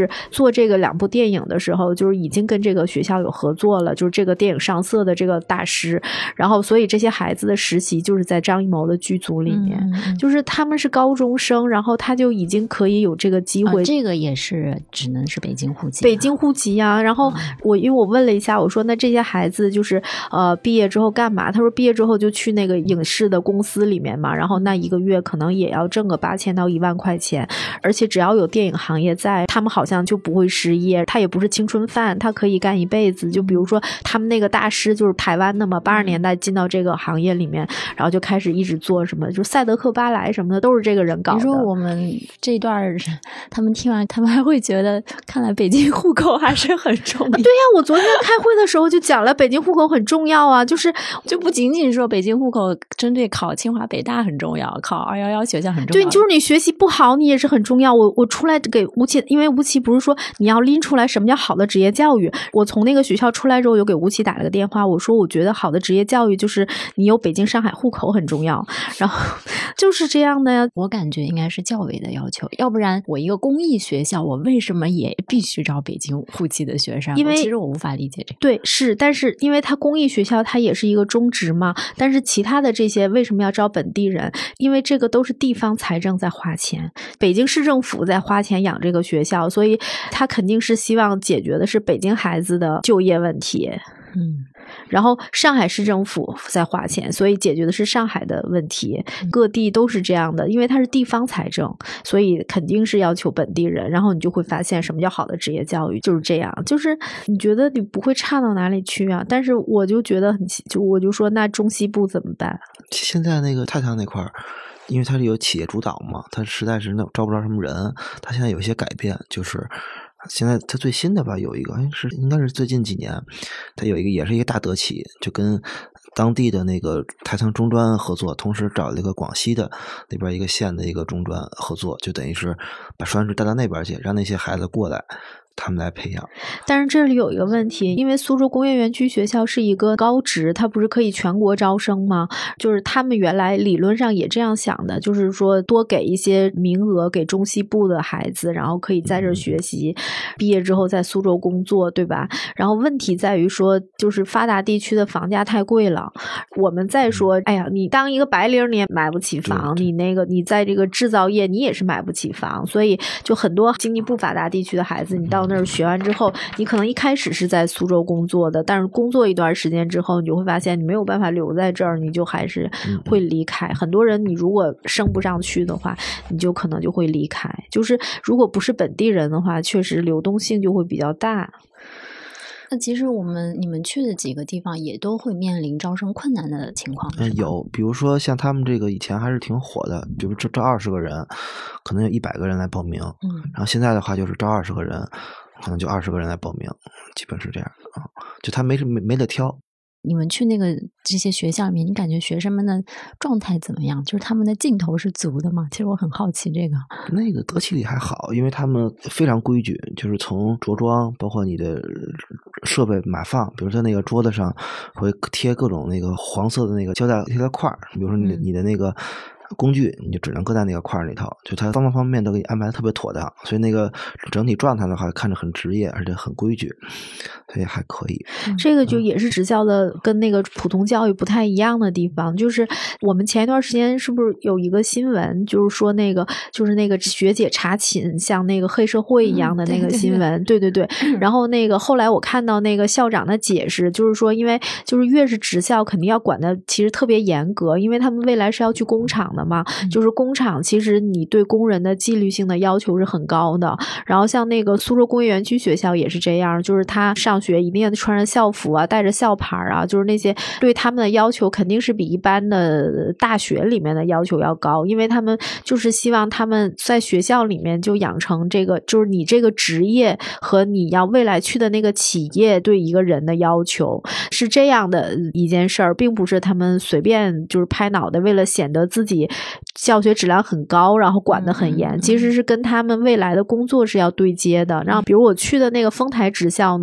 Speaker 2: 是做这个两部电影的时候，就是已经跟这个学校有合作了，就是这个电影上色的这个大师，然后所以这些孩子的实习就是在张艺谋的剧组里面，
Speaker 1: 嗯嗯
Speaker 2: 就是他们是高中生，然后他就已经可以有这个机会。
Speaker 1: 啊、这个也是只能是北京户籍、啊，
Speaker 2: 北京户籍啊。然后我因为我问了一下，我说那这些孩子就是呃毕业之后干嘛？他说毕业之后就去那个影视的公司里面嘛，然后那一个月可能也要挣个八千到一万块钱，而且只要有电影行业在，他们好像就不会失业，他也不是青春饭，他可以干一辈子。就比如说他们那个大师就是台湾的嘛，八十年代进到这个行业里面，然后就开始一直做什么，就赛德克巴莱什么的都是这个人搞的。
Speaker 1: 你说我们这段他们听完，他们还会觉得看来北京户口还是很重要。
Speaker 2: 对呀，我昨天开会的时候就讲了，北京户口很重要啊，就是
Speaker 1: 就不仅仅说北京户口针对考清华北大很重要，考二一一学校很重要。
Speaker 2: 对，就是你学习不好你也是很重要。我我出来给吴奇，因为吴奇不是说你要拎出来什么叫好的职业教育，我从那个学校出来之后有给吴奇打了个电话，我说我觉得好的职业教育就是你有北京上海户口很重要，然后就是这样的呀。
Speaker 1: 我感觉应该是教委的要求，要不然我一个公益学校我为什么也必须招北京户籍的学生？
Speaker 2: 因为
Speaker 1: 其实我无法理解这个。
Speaker 2: 对，是，但是因为它公益学校它也是一个中职嘛，但是其他的这些为什么要招本地人？因为这个都是地方财政在花钱，北京市政府在花钱养这个学校，所以他肯定是希望解决的是北京孩子的就业问题。
Speaker 1: 嗯，
Speaker 2: 然后上海市政府在花钱，所以解决的是上海的问题。各地都是这样的，因为它是地方财政，所以肯定是要求本地人。然后你就会发现什么叫好的职业教育就是这样，就是你觉得你不会差到哪里去啊。但是我就觉得很，就我就说那中西部怎么办？
Speaker 3: 现在那个太仓那块儿，因为它是有企业主导嘛，它实在是招不着什么人。它现在有一些改变，就是现在它最新的吧，有一个是应该是最近几年，它有一个也是一个大德企，就跟当地的那个太仓中专合作，同时找了一个广西的那边一个县的一个中专合作，就等于是把双师带到那边去，让那些孩子过来。他们来培养。
Speaker 2: 但是这里有一个问题，因为苏州工业园区学校是一个高职，它不是可以全国招生吗？就是他们原来理论上也这样想的，就是说多给一些名额给中西部的孩子，然后可以在这儿学习，毕业之后在苏州工作，对吧？然后问题在于说，就是发达地区的房价太贵了。我们再说，哎呀，你当一个白领你也买不起房，你那个你在这个制造业你也是买不起房，所以就很多经济不发达地区的孩子，你到那儿学完之后，你可能一开始是在苏州工作的，但是工作一段时间之后，你就会发现你没有办法留在这儿，你就还是会离开。很多人你如果升不上去的话，你就可能就会离开。就是如果不是本地人的话，确实流动性就会比较大。
Speaker 1: 那其实我们你们去的几个地方也都会面临招生困难的情况。
Speaker 3: 嗯，有，比如说像他们这个以前还是挺火的，比如这招二十个人，可能有一百个人来报名，
Speaker 1: 嗯，
Speaker 3: 然后现在的话就是招二十个人，可能就二十个人来报名，基本是这样啊，就他没没没得挑。
Speaker 1: 你们去那个这些学校里面，你感觉学生们的状态怎么样？就是他们的劲头是足的吗？其实我很好奇这个。
Speaker 3: 那个德企里还好，因为他们非常规矩，就是从着装，包括你的设备码放，比如说那个桌子上会贴各种那个黄色的那个胶带贴的块儿，比如说你的、嗯、你的那个工具，你就只能搁在那个块里头，就它方方方面都给你安排的特别妥当，所以那个整体状态的话，看着很职业，而且很规矩，所以还可以。
Speaker 2: 这个就也是职校的跟那个普通教育不太一样的地方，就是我们前一段时间是不是有一个新闻，就是说那个就是那个学姐查寝，像那个黑社会一样的那个新闻，嗯、对对 对, 对, 对。然后那个后来我看到那个校长的解释，就是说因为就是越是职校肯定要管的其实特别严格，因为他们未来是要去工厂的嘛，就是工厂其实你对工人的纪律性的要求是很高的。然后像那个苏州工业园区学校也是这样，就是他上学一定要穿着校服啊，带着校牌啊，就是那些对他们的要求肯定是比一般的大学里面的要求要高，因为他们就是希望他们在学校里面就养成这个，就是你这个职业和你要未来去的那个企业对一个人的要求是这样的一件事儿，并不是他们随便就是拍脑袋为了显得自己教学质量很高然后管得很严，其实是跟他们未来的工作是要对接的。然后比如我去的那个丰台职校呢，就是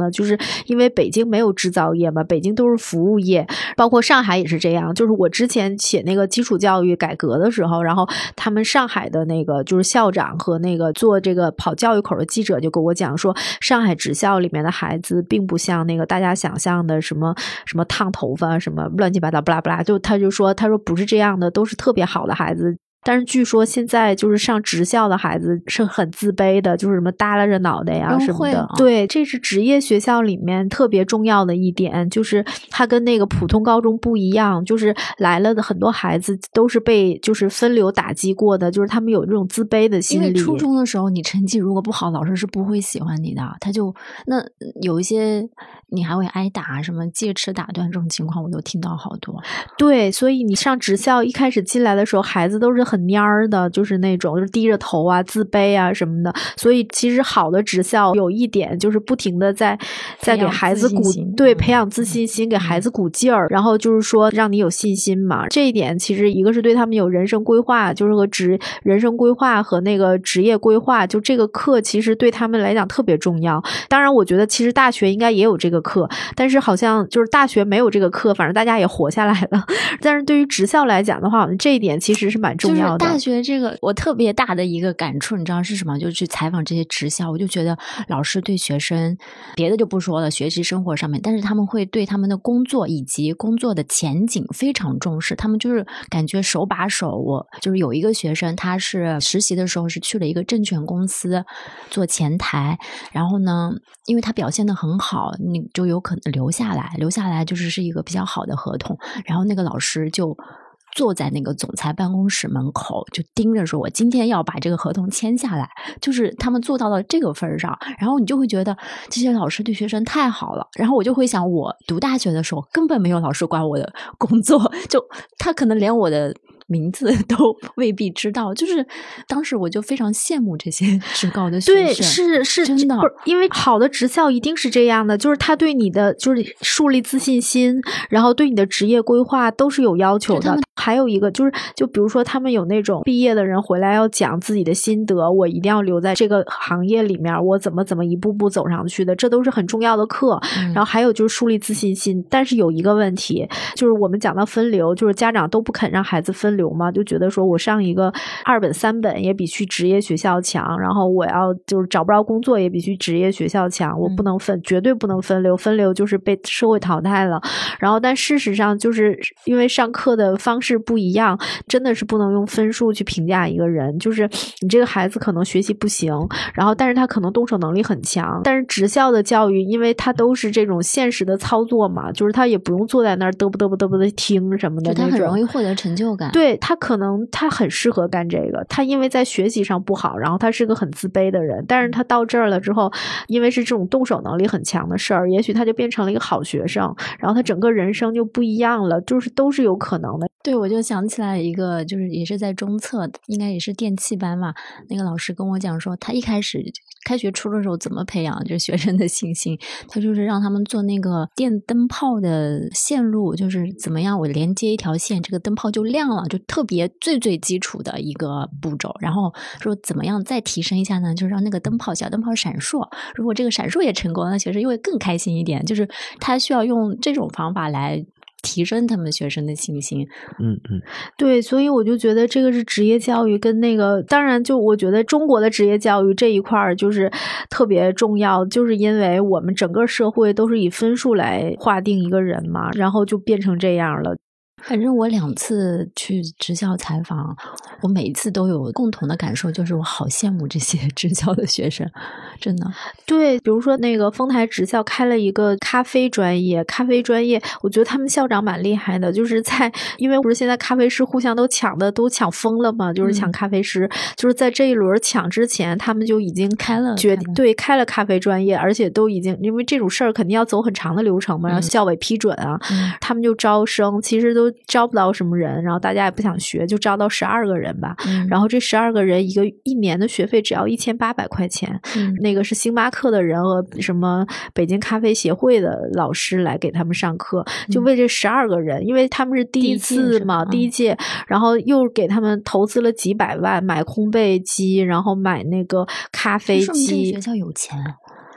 Speaker 2: 因为北京没有制造业嘛，北京都是服务业，包括上海也是这样。就是我之前写那个基础教育改革的时候，然后他们上海的那个就是校长和那个做这个跑教育口的记者就跟我讲说，上海职校里面的孩子并不像那个大家想象的什么什么烫头发什么乱七八糟不拉不拉，就他就说他说不是这样的，都是特别好的孩子。但是据说现在就是上职校的孩子是很自卑的，就是什么耷拉着脑袋呀什么的、
Speaker 1: 哦、
Speaker 2: 对，这是职业学校里面特别重要的一点，就是它跟那个普通高中不一样，就是来了的很多孩子都是被就是分流打击过的，就是他们有这种自卑的心理。
Speaker 1: 因为初中的时候你成绩如果不好，老师是不会喜欢你的，他就那有一些你还会挨打，什么戒尺打断这种情况我都听到好多。
Speaker 2: 对，所以你上职校一开始进来的时候孩子都是很蔫儿的，就是那种就是低着头啊自卑啊什么的。所以其实好的职校有一点就是不停的在在给孩子鼓对培养自信心、嗯、给孩子鼓劲儿、嗯、然后就是说让你有信心嘛。这一点其实一个是对他们有人生规划，就是和职人生规划和那个职业规划，就这个课其实对他们来讲特别重要。当然我觉得其实大学应该也有这个课，但是好像就是大学没有这个课，反正大家也活下来了。但是对于职校来讲的话，这一点其实是蛮重要的。
Speaker 1: 就是大学这个我特别大的一个感触你知道是什么，就去采访这些职校，我就觉得老师对学生别的就不说了，学习生活上面，但是他们会对他们的工作以及工作的前景非常重视，他们就是感觉手把手。我就是有一个学生他是实习的时候是去了一个证券公司做前台，然后呢因为他表现得很好，你就有可能留下来留下来就是是一个比较好的合同，然后那个老师就坐在那个总裁办公室门口就盯着说我今天要把这个合同签下来，就是他们做到了这个份上。然后你就会觉得这些老师对学生太好了，然后我就会想我读大学的时候根本没有老师管我的工作，就他可能连我的名字都未必知道，就是当时我就非常羡慕这些职高的学生。
Speaker 2: 对，是是
Speaker 1: 真的，
Speaker 2: 因为好的职校一定是这样的，就是他对你的就是树立自信心，然后对你的职业规划都是有要求的。还有一个就是就比如说他们有那种毕业的人回来要讲自己的心得，我一定要留在这个行业里面，我怎么怎么一步步走上去的，这都是很重要的课、嗯、然后还有就是树立自信心。但是有一个问题就是我们讲到分流，就是家长都不肯让孩子分流嘛，就觉得说我上一个二本三本也比去职业学校强，然后我要就是找不着工作也比去职业学校强，我不能分、嗯、绝对不能分流，分流就是被社会淘汰了。然后但事实上就是因为上课的方式不一样，真的是不能用分数去评价一个人，就是你这个孩子可能学习不行，然后但是他可能动手能力很强，但是职校的教育因为他都是这种现实的操作嘛，就是他也不用坐在那儿嘚不嘚不嘚不的听什么的那种，
Speaker 1: 他很容易获得成就感。
Speaker 2: 对，他可能他很适合干这个，他因为在学习上不好，然后他是个很自卑的人，但是他到这儿了之后，因为是这种动手能力很强的事儿，也许他就变成了一个好学生，然后他整个人生就不一样了，就是都是有可能的。
Speaker 1: 对，我就想起来一个，就是也是在中测，应该也是电气班嘛，那个老师跟我讲说，他一开始开学初的时候怎么培养就是学生的信心，他就是让他们做那个电灯泡的线路，就是怎么样我连接一条线，这个灯泡就亮了，就特别最最基础的一个步骤。然后说怎么样再提升一下呢，就让那个灯泡小灯泡闪烁，如果这个闪烁也成功，那学生又会更开心一点，就是他需要用这种方法来提升他们学生的信心。
Speaker 3: 嗯嗯，
Speaker 2: 对，所以我就觉得这个是职业教育跟那个，当然就我觉得中国的职业教育这一块儿就是特别重要，就是因为我们整个社会都是以分数来划定一个人嘛，然后就变成这样了。
Speaker 1: 反正我两次去职校采访，我每一次都有共同的感受，就是我好羡慕这些职校的学生，真的。
Speaker 2: 对，比如说那个丰台职校开了一个咖啡专业，咖啡专业，我觉得他们校长蛮厉害的，就是在因为不是现在咖啡师互相都抢的都抢疯了嘛，就是抢咖啡师，嗯、就是在这一轮抢之前，他们就已经
Speaker 1: 开了
Speaker 2: 决定对开了咖啡专业，而且都已经因为这种事儿肯定要走很长的流程嘛，然后校委批准啊，嗯、他们就招生，其实都招不到什么人，然后大家也不想学，就招到十二个人吧。嗯、然后这十二个人一个一年的学费只要一千八百块钱。嗯、那个是星巴克的人和什么北京咖啡协会的老师来给他们上课，就为这十二个人，嗯、因为他们是第一次嘛，第一届，嗯、然后又给他们投资了几百万，买烘焙机，然后买那个咖啡机。
Speaker 1: 说明这个学校有钱。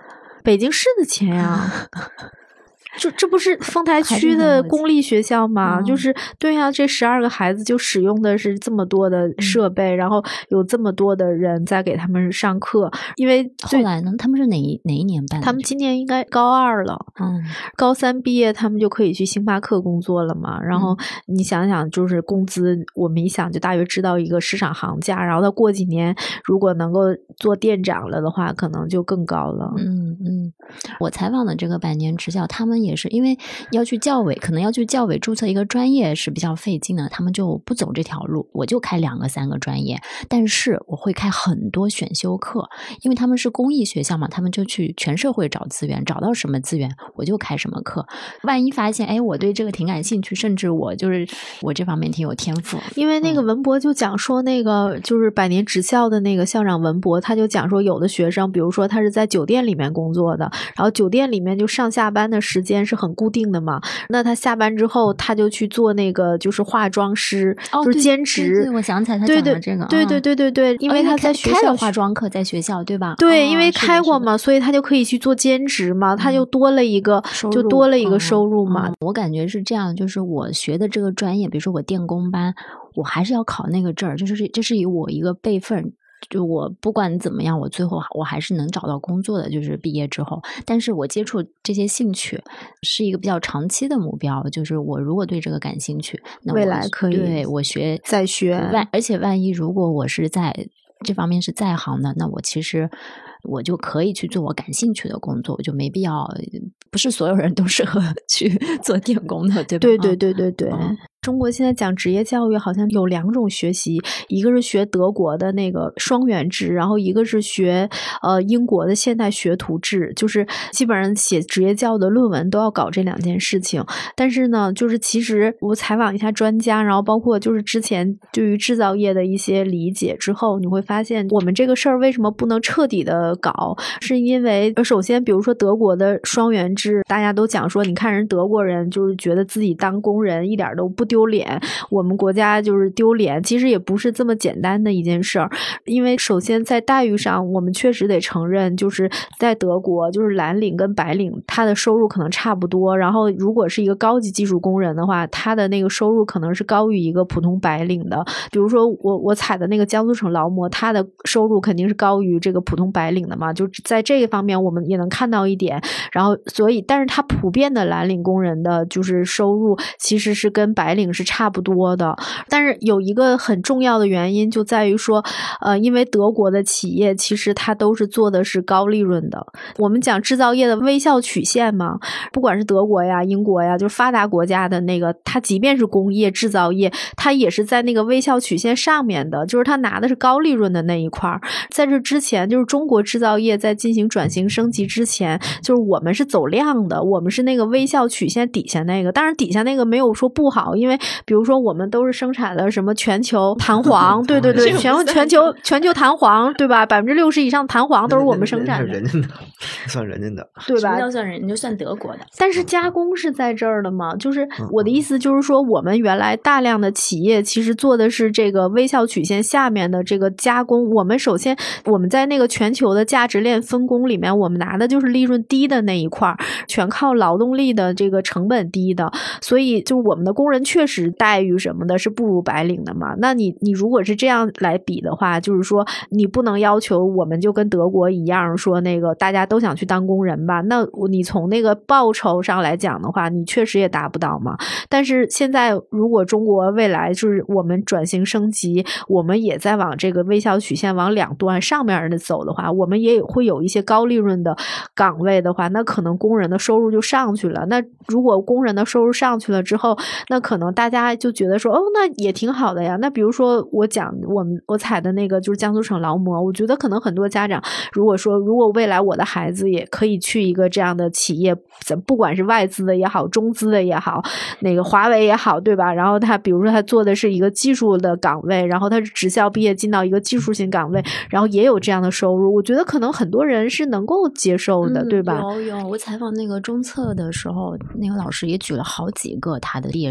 Speaker 2: 北京市的钱呀。就这不是丰台区的公立学校吗？就是对呀、啊，这十二个孩子就使用的是这么多的设备、嗯，然后有这么多的人在给他们上课。因为
Speaker 1: 后来呢，他们是哪一哪一年办的？
Speaker 2: 他们今年应该高二了，
Speaker 1: 嗯，
Speaker 2: 高三毕业他们就可以去星巴克工作了嘛。然后你想想，就是工资，我们一想就大约知道一个市场行价。然后他过几年如果能够做店长了的话，可能就更高了。
Speaker 1: 嗯嗯，我采访的这个百年职校，他们也是因为要去教委，可能要去教委注册一个专业是比较费劲的，他们就不走这条路，我就开两个三个专业，但是我会开很多选修课，因为他们是公益学校嘛，他们就去全社会找资源，找到什么资源我就开什么课。万一发现哎，我对这个挺感兴趣，甚至我就是我这方面挺有天赋。
Speaker 2: 因为那个文博就讲说，那个、嗯、就是百年职校的那个校长文博，他就讲说，有的学生比如说他是在酒店里面工作的，然后酒店里面就上下班的时间是很固定的嘛，那他下班之后他就去做那个就是化妆师、
Speaker 1: 哦、
Speaker 2: 就是兼职。
Speaker 1: 对对对，我想起来他讲的这个，
Speaker 2: 对对对对对对，因为他在学校、
Speaker 1: 哦、开了化妆课在学校对吧？
Speaker 2: 对、
Speaker 1: 哦、
Speaker 2: 因为开过嘛，所以他就可以去做兼职嘛，他就多了一个、
Speaker 1: 嗯、
Speaker 2: 就多了一个收入嘛、
Speaker 1: 嗯嗯。我感觉是这样，就是我学的这个专业，比如说我电工班，我还是要考那个证儿，就是这是我一个备份。就我不管怎么样，我最后我还是能找到工作的，就是毕业之后。但是我接触这些兴趣是一个比较长期的目标，就是我如果对这个感兴趣，那
Speaker 2: 未来可以
Speaker 1: 对我学
Speaker 2: 再学。
Speaker 1: 万而且万一如果我是在这方面是在行的，那我其实我就可以去做我感兴趣的工作，我就没必要，不是所有人都适合去做电工的，对吧？
Speaker 2: 对对对对对。
Speaker 1: 嗯
Speaker 2: 中国现在讲职业教育好像有两种学习，一个是学德国的那个双元制，然后一个是学呃英国的现代学徒制，就是基本上写职业教育的论文都要搞这两件事情。但是呢，就是其实我采访一下专家，然后包括就是之前对于制造业的一些理解之后，你会发现我们这个事儿为什么不能彻底的搞，是因为首先比如说德国的双元制，大家都讲说，你看人德国人就是觉得自己当工人一点都不丢脸，我们国家就是丢脸，其实也不是这么简单的一件事儿。因为首先在待遇上，我们确实得承认，就是在德国，就是蓝领跟白领他的收入可能差不多，然后如果是一个高级技术工人的话，他的那个收入可能是高于一个普通白领的。比如说我我采的那个江苏省劳模，他的收入肯定是高于这个普通白领的嘛，就在这个方面我们也能看到一点。然后所以但是他普遍的蓝领工人的就是收入其实是跟白领是差不多的。但是有一个很重要的原因就在于说呃，因为德国的企业其实它都是做的是高利润的。我们讲制造业的微笑曲线嘛，不管是德国呀英国呀，就是发达国家的那个，它即便是工业制造业，它也是在那个微笑曲线上面的，就是它拿的是高利润的那一块。在这之前，就是中国制造业在进行转型升级之前，就是我们是走量的，我们是那个微笑曲线底下那个。当然底下那个没有说不好，因为比如说我们都是生产的什么全球弹簧，对对对，全全球全球弹簧，对吧？百分之六十以上弹簧都是我们生产的，
Speaker 3: 人家的算人家的，
Speaker 2: 对吧？
Speaker 1: 什么叫算人？你就算德国的。
Speaker 2: 但是加工是在这儿的嘛？就是我的意思就是说，我们原来大量的企业其实做的是这个微笑曲线下面的这个加工。我们首先我们在那个全球的价值链分工里面，我们拿的就是利润低的那一块，全靠劳动力的这个成本低的，所以就我们的工人确实待遇什么的是不如白领的嘛。那你你如果是这样来比的话，就是说你不能要求我们就跟德国一样说那个大家都想去当工人吧，那你从那个报酬上来讲的话，你确实也达不到嘛。但是现在如果中国未来就是我们转型升级，我们也在往这个微笑曲线往两端上面的走的话，我们也会有一些高利润的岗位的话，那可能工人的收入就上去了。那如果工人的收入上去了之后，那可能大家就觉得说哦，那也挺好的呀。那比如说我讲我们我采的那个就是江苏省劳模，我觉得可能很多家长如果说如果未来我的孩子也可以去一个这样的企业，不管是外资的也好中资的也好，那个华为也好，对吧？然后他比如说他做的是一个技术的岗位，然后他是职校毕业进到一个技术型岗位，然后也有这样的收入，我觉得可能很多人是能够接受的、嗯、对吧？
Speaker 1: 有有，我采访那个中测的时候，那个老师也举了好几个他的毕业生的例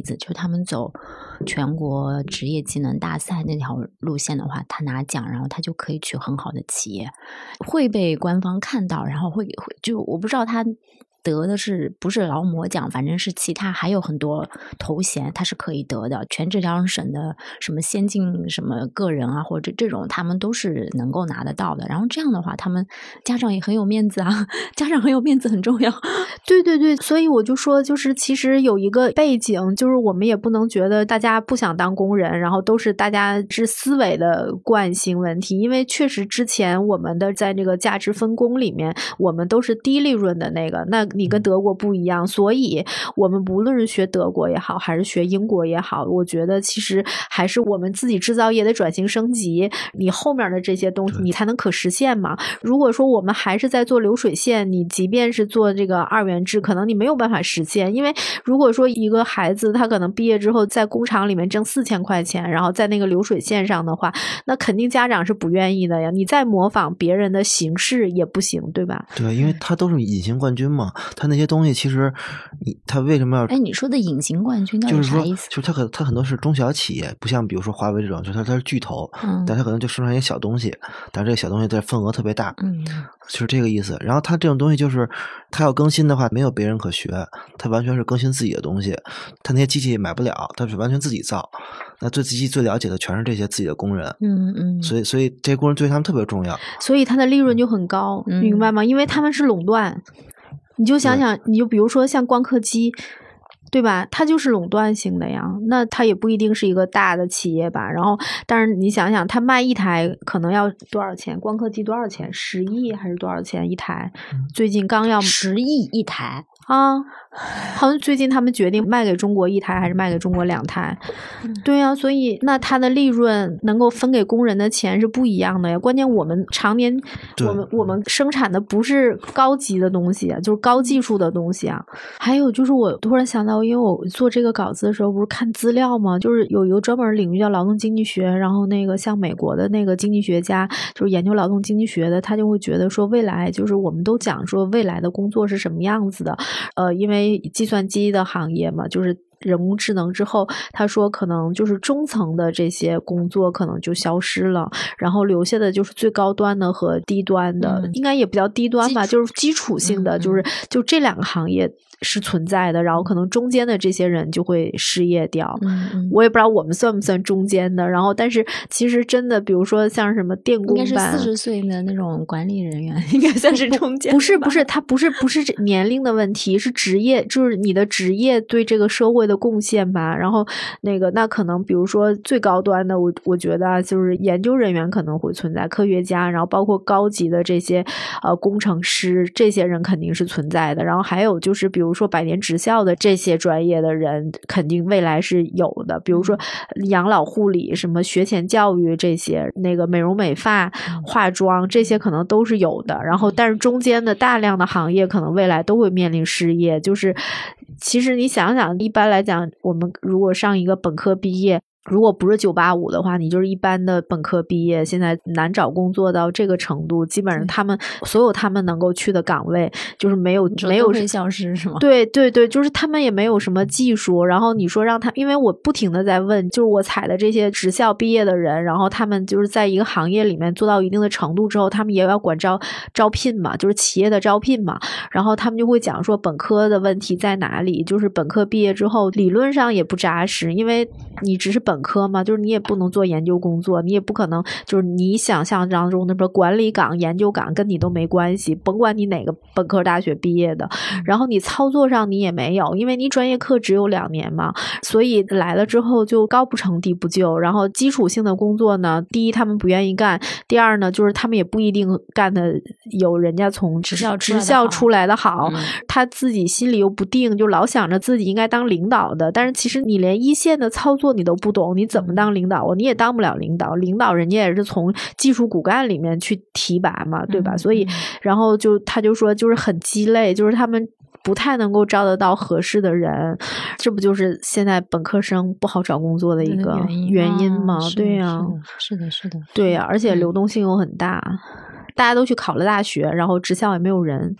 Speaker 1: 例子，就是他们走全国职业技能大赛那条路线的话，他拿奖，然后他就可以去很好的企业，会被官方看到，然后会会就我不知道他得的是不是劳模奖，反正是其他还有很多头衔他是可以得的，全浙江省的什么先进什么个人啊，或者这种他们都是能够拿得到的。然后这样的话他们家长也很有面子啊，家长很有面子很重要。
Speaker 2: 对对对，所以我就说就是其实有一个背景，就是我们也不能觉得大家不想当工人，然后都是大家是思维的惯性问题，因为确实之前我们的在这个价值分工里面我们都是低利润的那个，那你跟德国不一样，所以我们不论是学德国也好还是学英国也好，我觉得其实还是我们自己制造业的转型升级，你后面的这些东西你才能可实现嘛。如果说我们还是在做流水线，你即便是做这个二元制，可能你没有办法实现，因为如果说一个孩子他可能毕业之后在工厂里面挣四千块钱，然后在那个流水线上的话，那肯定家长是不愿意的呀，你再模仿别人的形式也不行，对吧？
Speaker 3: 对，因为他都是隐形冠军嘛，他那些东西其实你他为什么要？
Speaker 1: 哎，你说的隐形冠军到底啥意思？
Speaker 3: 就是说，就是他可他很多是中小企业，不像比如说华为这种，就是他他是巨头，嗯，但他可能就生产一些小东西，但这个小东西的份额特别大，
Speaker 1: 嗯，
Speaker 3: 就是这个意思。然后他这种东西就是他要更新的话，没有别人可学，他完全是更新自己的东西。他那些机器买不了，他是完全自己造。那对自己最了解的全是这些自己的工人，
Speaker 1: 嗯嗯，
Speaker 3: 所以所以这些工人对他们特别重要，
Speaker 2: 所以他的利润就很高，
Speaker 1: 嗯、
Speaker 2: 明白吗？因为他们是垄断。你就想想，你就比如说像光刻机，对吧？它就是垄断性的呀，那它也不一定是一个大的企业吧。然后，但是你想想，它卖一台可能要多少钱？光刻机多少钱？十亿还是多少钱一台？最近刚要
Speaker 1: 十亿一台
Speaker 2: 啊，好像最近他们决定卖给中国一台还是卖给中国两台？对啊，所以那它的利润能够分给工人的钱是不一样的呀。关键我们常年我们我们生产的不是高级的东西，就是高技术的东西啊。还有就是我突然想到，因为我做这个稿子的时候不是看资料吗？就是有一个专门领域叫劳动经济学，然后那个像美国的那个经济学家，就是研究劳动经济学的，他就会觉得说未来就是我们都讲说未来的工作是什么样子的。呃，因为计算机的行业嘛，就是人工智能之后，他说可能就是中层的这些工作可能就消失了，然后留下的就是最高端的和低端的，嗯、应该也不叫低端吧，就是基础性的，嗯、就是就这两个行业是存在的，然后可能中间的这些人就会失业掉。
Speaker 1: 嗯、
Speaker 2: 我也不知道我们算不算中间的，然后但是其实真的，比如说像什么电工班，
Speaker 1: 应该是四十岁的那种管理人员，应该算是中间。
Speaker 2: 不是不是，他不是不是年龄的问题，是职业，就是你的职业对这个社会的贡献吧。然后那个那可能比如说最高端的，我我觉得啊，就是研究人员可能会存在，科学家，然后包括高级的这些呃工程师，这些人肯定是存在的。然后还有就是比如说百年职校的这些专业的人，肯定未来是有的。比如说养老护理、什么学前教育这些，那个美容美发、化妆这些可能都是有的。然后但是中间的大量的行业可能未来都会面临失业。就是其实你想想，一般来讲，我们如果上一个本科毕业，如果不是九八五的话，你就是一般的本科毕业，现在难找工作到这个程度，基本上他们所有他们能够去的岗位就是没有没有
Speaker 1: 会消失是吗？
Speaker 2: 对对对，就是他们也没有什么技术。然后你说让他，因为我不停的在问，就是我采的这些职校毕业的人，然后他们就是在一个行业里面做到一定的程度之后，他们也要管招招聘嘛，就是企业的招聘嘛。然后他们就会讲说本科的问题在哪里，就是本科毕业之后理论上也不扎实，因为你只是本本科嘛，就是你也不能做研究工作，你也不可能就是你想象当中的说管理岗、研究岗跟你都没关系，甭管你哪个本科大学毕业的，然后你操作上你也没有，因为你专业课只有两年嘛，所以来了之后就高不成低不就。然后基础性的工作呢，第一他们不愿意干，第二呢就是他们也不一定干的有人家从职校职校出来的好，嗯、他自己心里又不定，就老想着自己应该当领导的，但是其实你连一线的操作你都不懂，你怎么当领导？你也当不了领导，领导人家也是从技术骨干里面去提拔嘛，对吧？嗯、所以，然后就他就说，就是很鸡肋，就是他们不太能够招得到合适的人，这不就是现在本科生不好找工作的一个原因吗？
Speaker 1: 啊、
Speaker 2: 对呀、
Speaker 1: 啊，是的，是的，
Speaker 2: 对呀、啊，而且流动性又很大，嗯、大家都去考了大学，然后职校也没有人。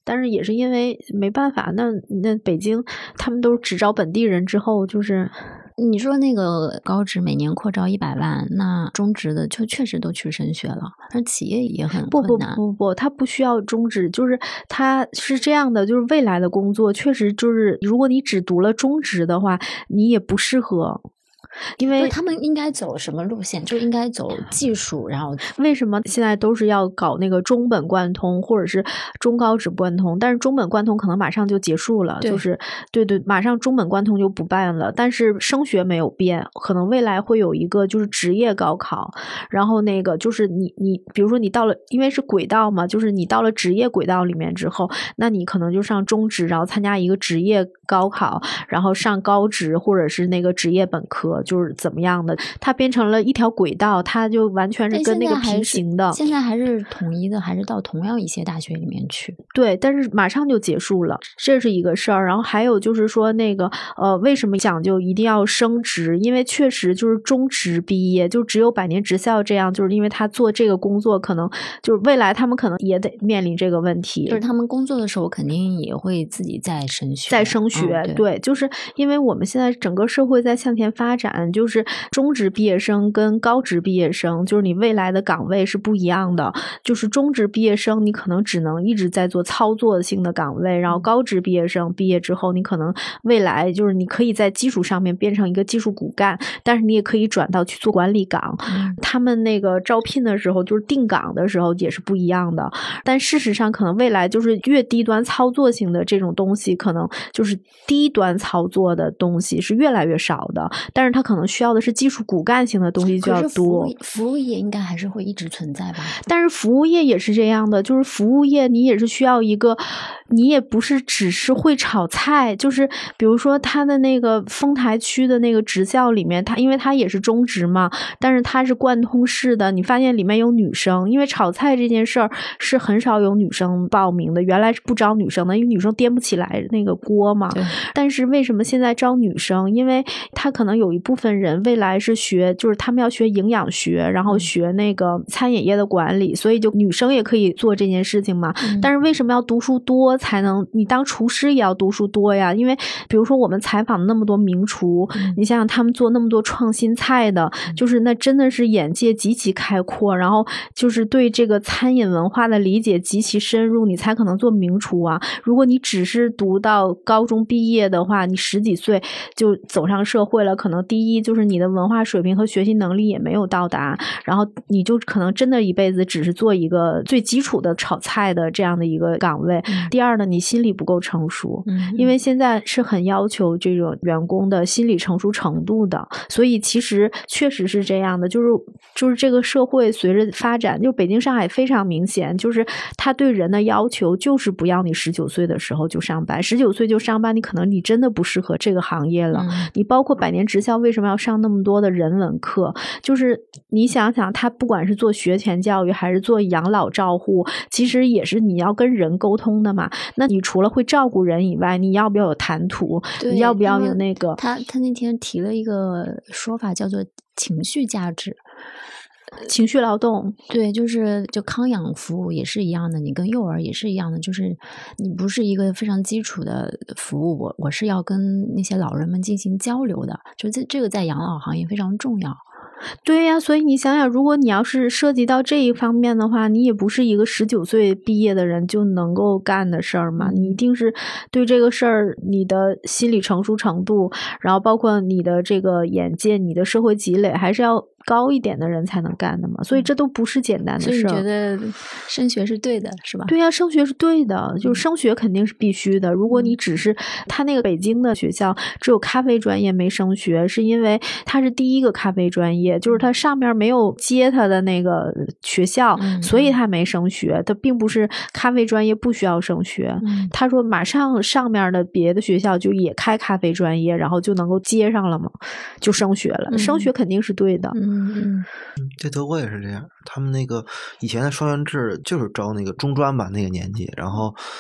Speaker 2: 但是也是因为没办法，那那北京他们都是只招本地人之后，就是
Speaker 1: 你说那个高职每年扩招一百万，那中职的就确实都去升学了，而企业也很
Speaker 2: 不不
Speaker 1: 困难。
Speaker 2: 不不，他不需要中职，就是他是这样的，就是未来的工作确实就是，如果你只读了中职的话，你也不适合。因为
Speaker 1: 他们应该走什么路线？就应该走技术，然后
Speaker 2: 为什么现在都是要搞那个中本贯通或者是中高职贯通？但是中本贯通可能马上就结束了，就是对对，马上中本贯通就不办了。但是升学没有变，可能未来会有一个就是职业高考，然后那个就是你你比如说你到了，因为是轨道嘛，就是你到了职业轨道里面之后，那你可能就上中职，然后参加一个职业高考，然后上高职或者是那个职业本科。就是怎么样的，它变成了一条轨道，它就完全是跟那个平行的。
Speaker 1: 现在还是统一的，还是到同样一些大学里面去。
Speaker 2: 对，但是马上就结束了，这是一个事儿。然后还有就是说那个呃，为什么讲究一定要升职？因为确实就是中职毕业就只有百年职校这样，就是因为他做这个工作，可能就是未来他们可能也得面临这个问题。
Speaker 1: 就是他们工作的时候肯定也会自己再升学，
Speaker 2: 再升学、嗯对。对，就是因为我们现在整个社会在向前发展。就是中职毕业生跟高职毕业生，就是你未来的岗位是不一样的。就是中职毕业生，你可能只能一直在做操作性的岗位，然后高职毕业生毕业之后，你可能未来就是你可以在基础上面变成一个技术骨干，但是你也可以转到去做管理岗。嗯、他们那个招聘的时候，就是定岗的时候也是不一样的。但事实上，可能未来就是越低端操作性的这种东西，可能就是低端操作的东西是越来越少的，但是它可能需要的是技术骨干性的东西就要多。
Speaker 1: 服务, 服务业应该还是会一直存在吧？
Speaker 2: 但是服务业也是这样的，就是服务业你也是需要一个，你也不是只是会炒菜，就是比如说他的那个丰台区的那个职校里面，他因为他也是中职嘛，但是他是贯通式的，你发现里面有女生，因为炒菜这件事儿是很少有女生报名的，原来是不招女生的，因为女生颠不起来那个锅嘛。但是为什么现在招女生？因为他可能有一部分人未来是学，就是他们要学营养学，然后学那个餐饮业的管理，所以就女生也可以做这件事情嘛。嗯、但是为什么要读书多才能？你当厨师也要读书多呀，因为比如说我们采访那么多名厨，嗯、你想想他们做那么多创新菜的，嗯、就是那真的是眼界极其开阔，然后就是对这个餐饮文化的理解极其深入，你才可能做名厨啊。如果你只是读到高中毕业的话，你十几岁就走上社会了，可能第一就是你的文化水平和学习能力也没有到达，然后你就可能真的一辈子只是做一个最基础的炒菜的这样的一个岗位。嗯、第二呢，你心理不够成熟，嗯、因为现在是很要求这种员工的心理成熟程度的，所以其实确实是这样的，就是就是这个社会随着发展，就北京上海非常明显，就是他对人的要求就是不要你十九岁的时候就上班，十九岁就上班，你可能你真的不适合这个行业了。嗯、你包括百年职校为什么要上那么多的人文课，就是你想想他不管是做学前教育还是做养老照护，其实也是你要跟人沟通的嘛。那你除了会照顾人以外，你要不要有谈吐，你要不要有那个
Speaker 1: 他他那天提了一个说法叫做情绪价值，
Speaker 2: 情绪劳动。
Speaker 1: 对，就是就康养服务也是一样的，你跟幼儿也是一样的，就是你不是一个非常基础的服务，我我是要跟那些老人们进行交流的，就这这个在养老行业非常重要。
Speaker 2: 对呀，所以你想想，如果你要是涉及到这一方面的话，你也不是一个十九岁毕业的人就能够干的事儿嘛。你一定是对这个事儿，你的心理成熟程度，然后包括你的这个眼界、你的社会积累，还是要高一点的人才能干的嘛。所以这都不是简单的事儿。
Speaker 1: 所以你觉得升学是对的，是吧？
Speaker 2: 对呀，升学是对的，就是升学肯定是必须的。如果你只是他那个北京的学校只有咖啡专业没升学，是因为他是第一个咖啡专业。就是他上面没有接他的那个学校，嗯、所以他没升学。他并不是咖啡专业不需要升学。嗯、他说马上上面的别的学校就也开咖啡专业，然后就能够接上了嘛，就升学了。嗯、升学肯定是对的。
Speaker 1: 嗯嗯，
Speaker 3: 在德国也是这样，他们那个以前的双元制就是招那个中专吧，那个年纪，然后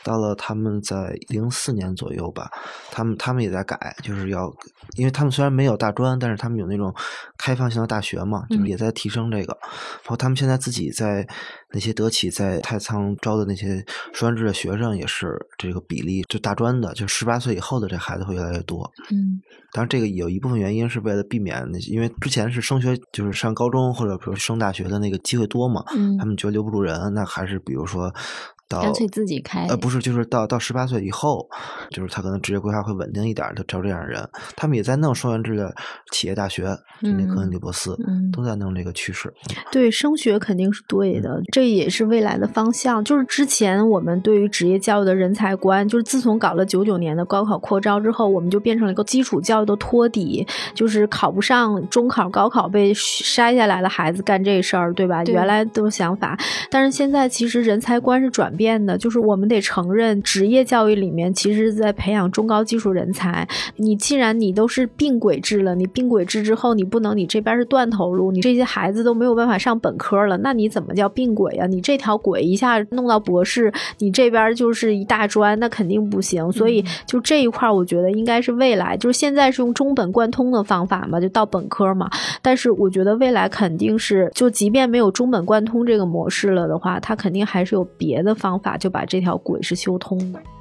Speaker 3: 到了他们在零四年左右吧，他们他们也在改，就是要，因为他们虽然没有大专，但是他们有那种开放性的大学嘛，就是也在提升这个。嗯、然后他们现在自己在那些德企在太仓招的那些双元制的学生，也是这个比例，就大专的，就十八岁以后的这孩子会越来越多。
Speaker 2: 嗯，
Speaker 3: 当然这个有一部分原因是为了避免那些，因为之前是升学就是上高中或者比如升大学的那个机会多嘛，
Speaker 2: 嗯，
Speaker 3: 他们觉得留不住人，那还是比如说到
Speaker 1: 干脆自己开，
Speaker 3: 呃，不是，就是到到十八岁以后，就是他可能职业规划会稳定一点，就招这样的人。他们也在弄双元制的企业大学，就那科恩里伯斯、
Speaker 2: 嗯、
Speaker 3: 都在弄这个趋势。
Speaker 2: 对，升学肯定是对的，这也是未来的方向。就是之前我们对于职业教育的人才观，就是自从搞了九九年的高考扩招之后，我们就变成了一个基础教育的托底，就是考不上中考、高考被筛下来的孩子干这事儿，对吧？对，原来的想法，但是现在其实人才观是转变的，就是我们得承认，职业教育里面其实在培养中高技术人才。你既然你都是并轨制了，你并轨制之后，你不能你这边是断头路，你这些孩子都没有办法上本科了，那你怎么叫并轨啊？你这条轨一下弄到博士，你这边就是一大专，那肯定不行。所以就这一块我觉得应该是未来，就是现在是用中本贯通的方法嘛，就到本科嘛，但是我觉得未来肯定是，就即便没有中本贯通这个模式了的话，它肯定还是有别的方法就把这条轨是修通的。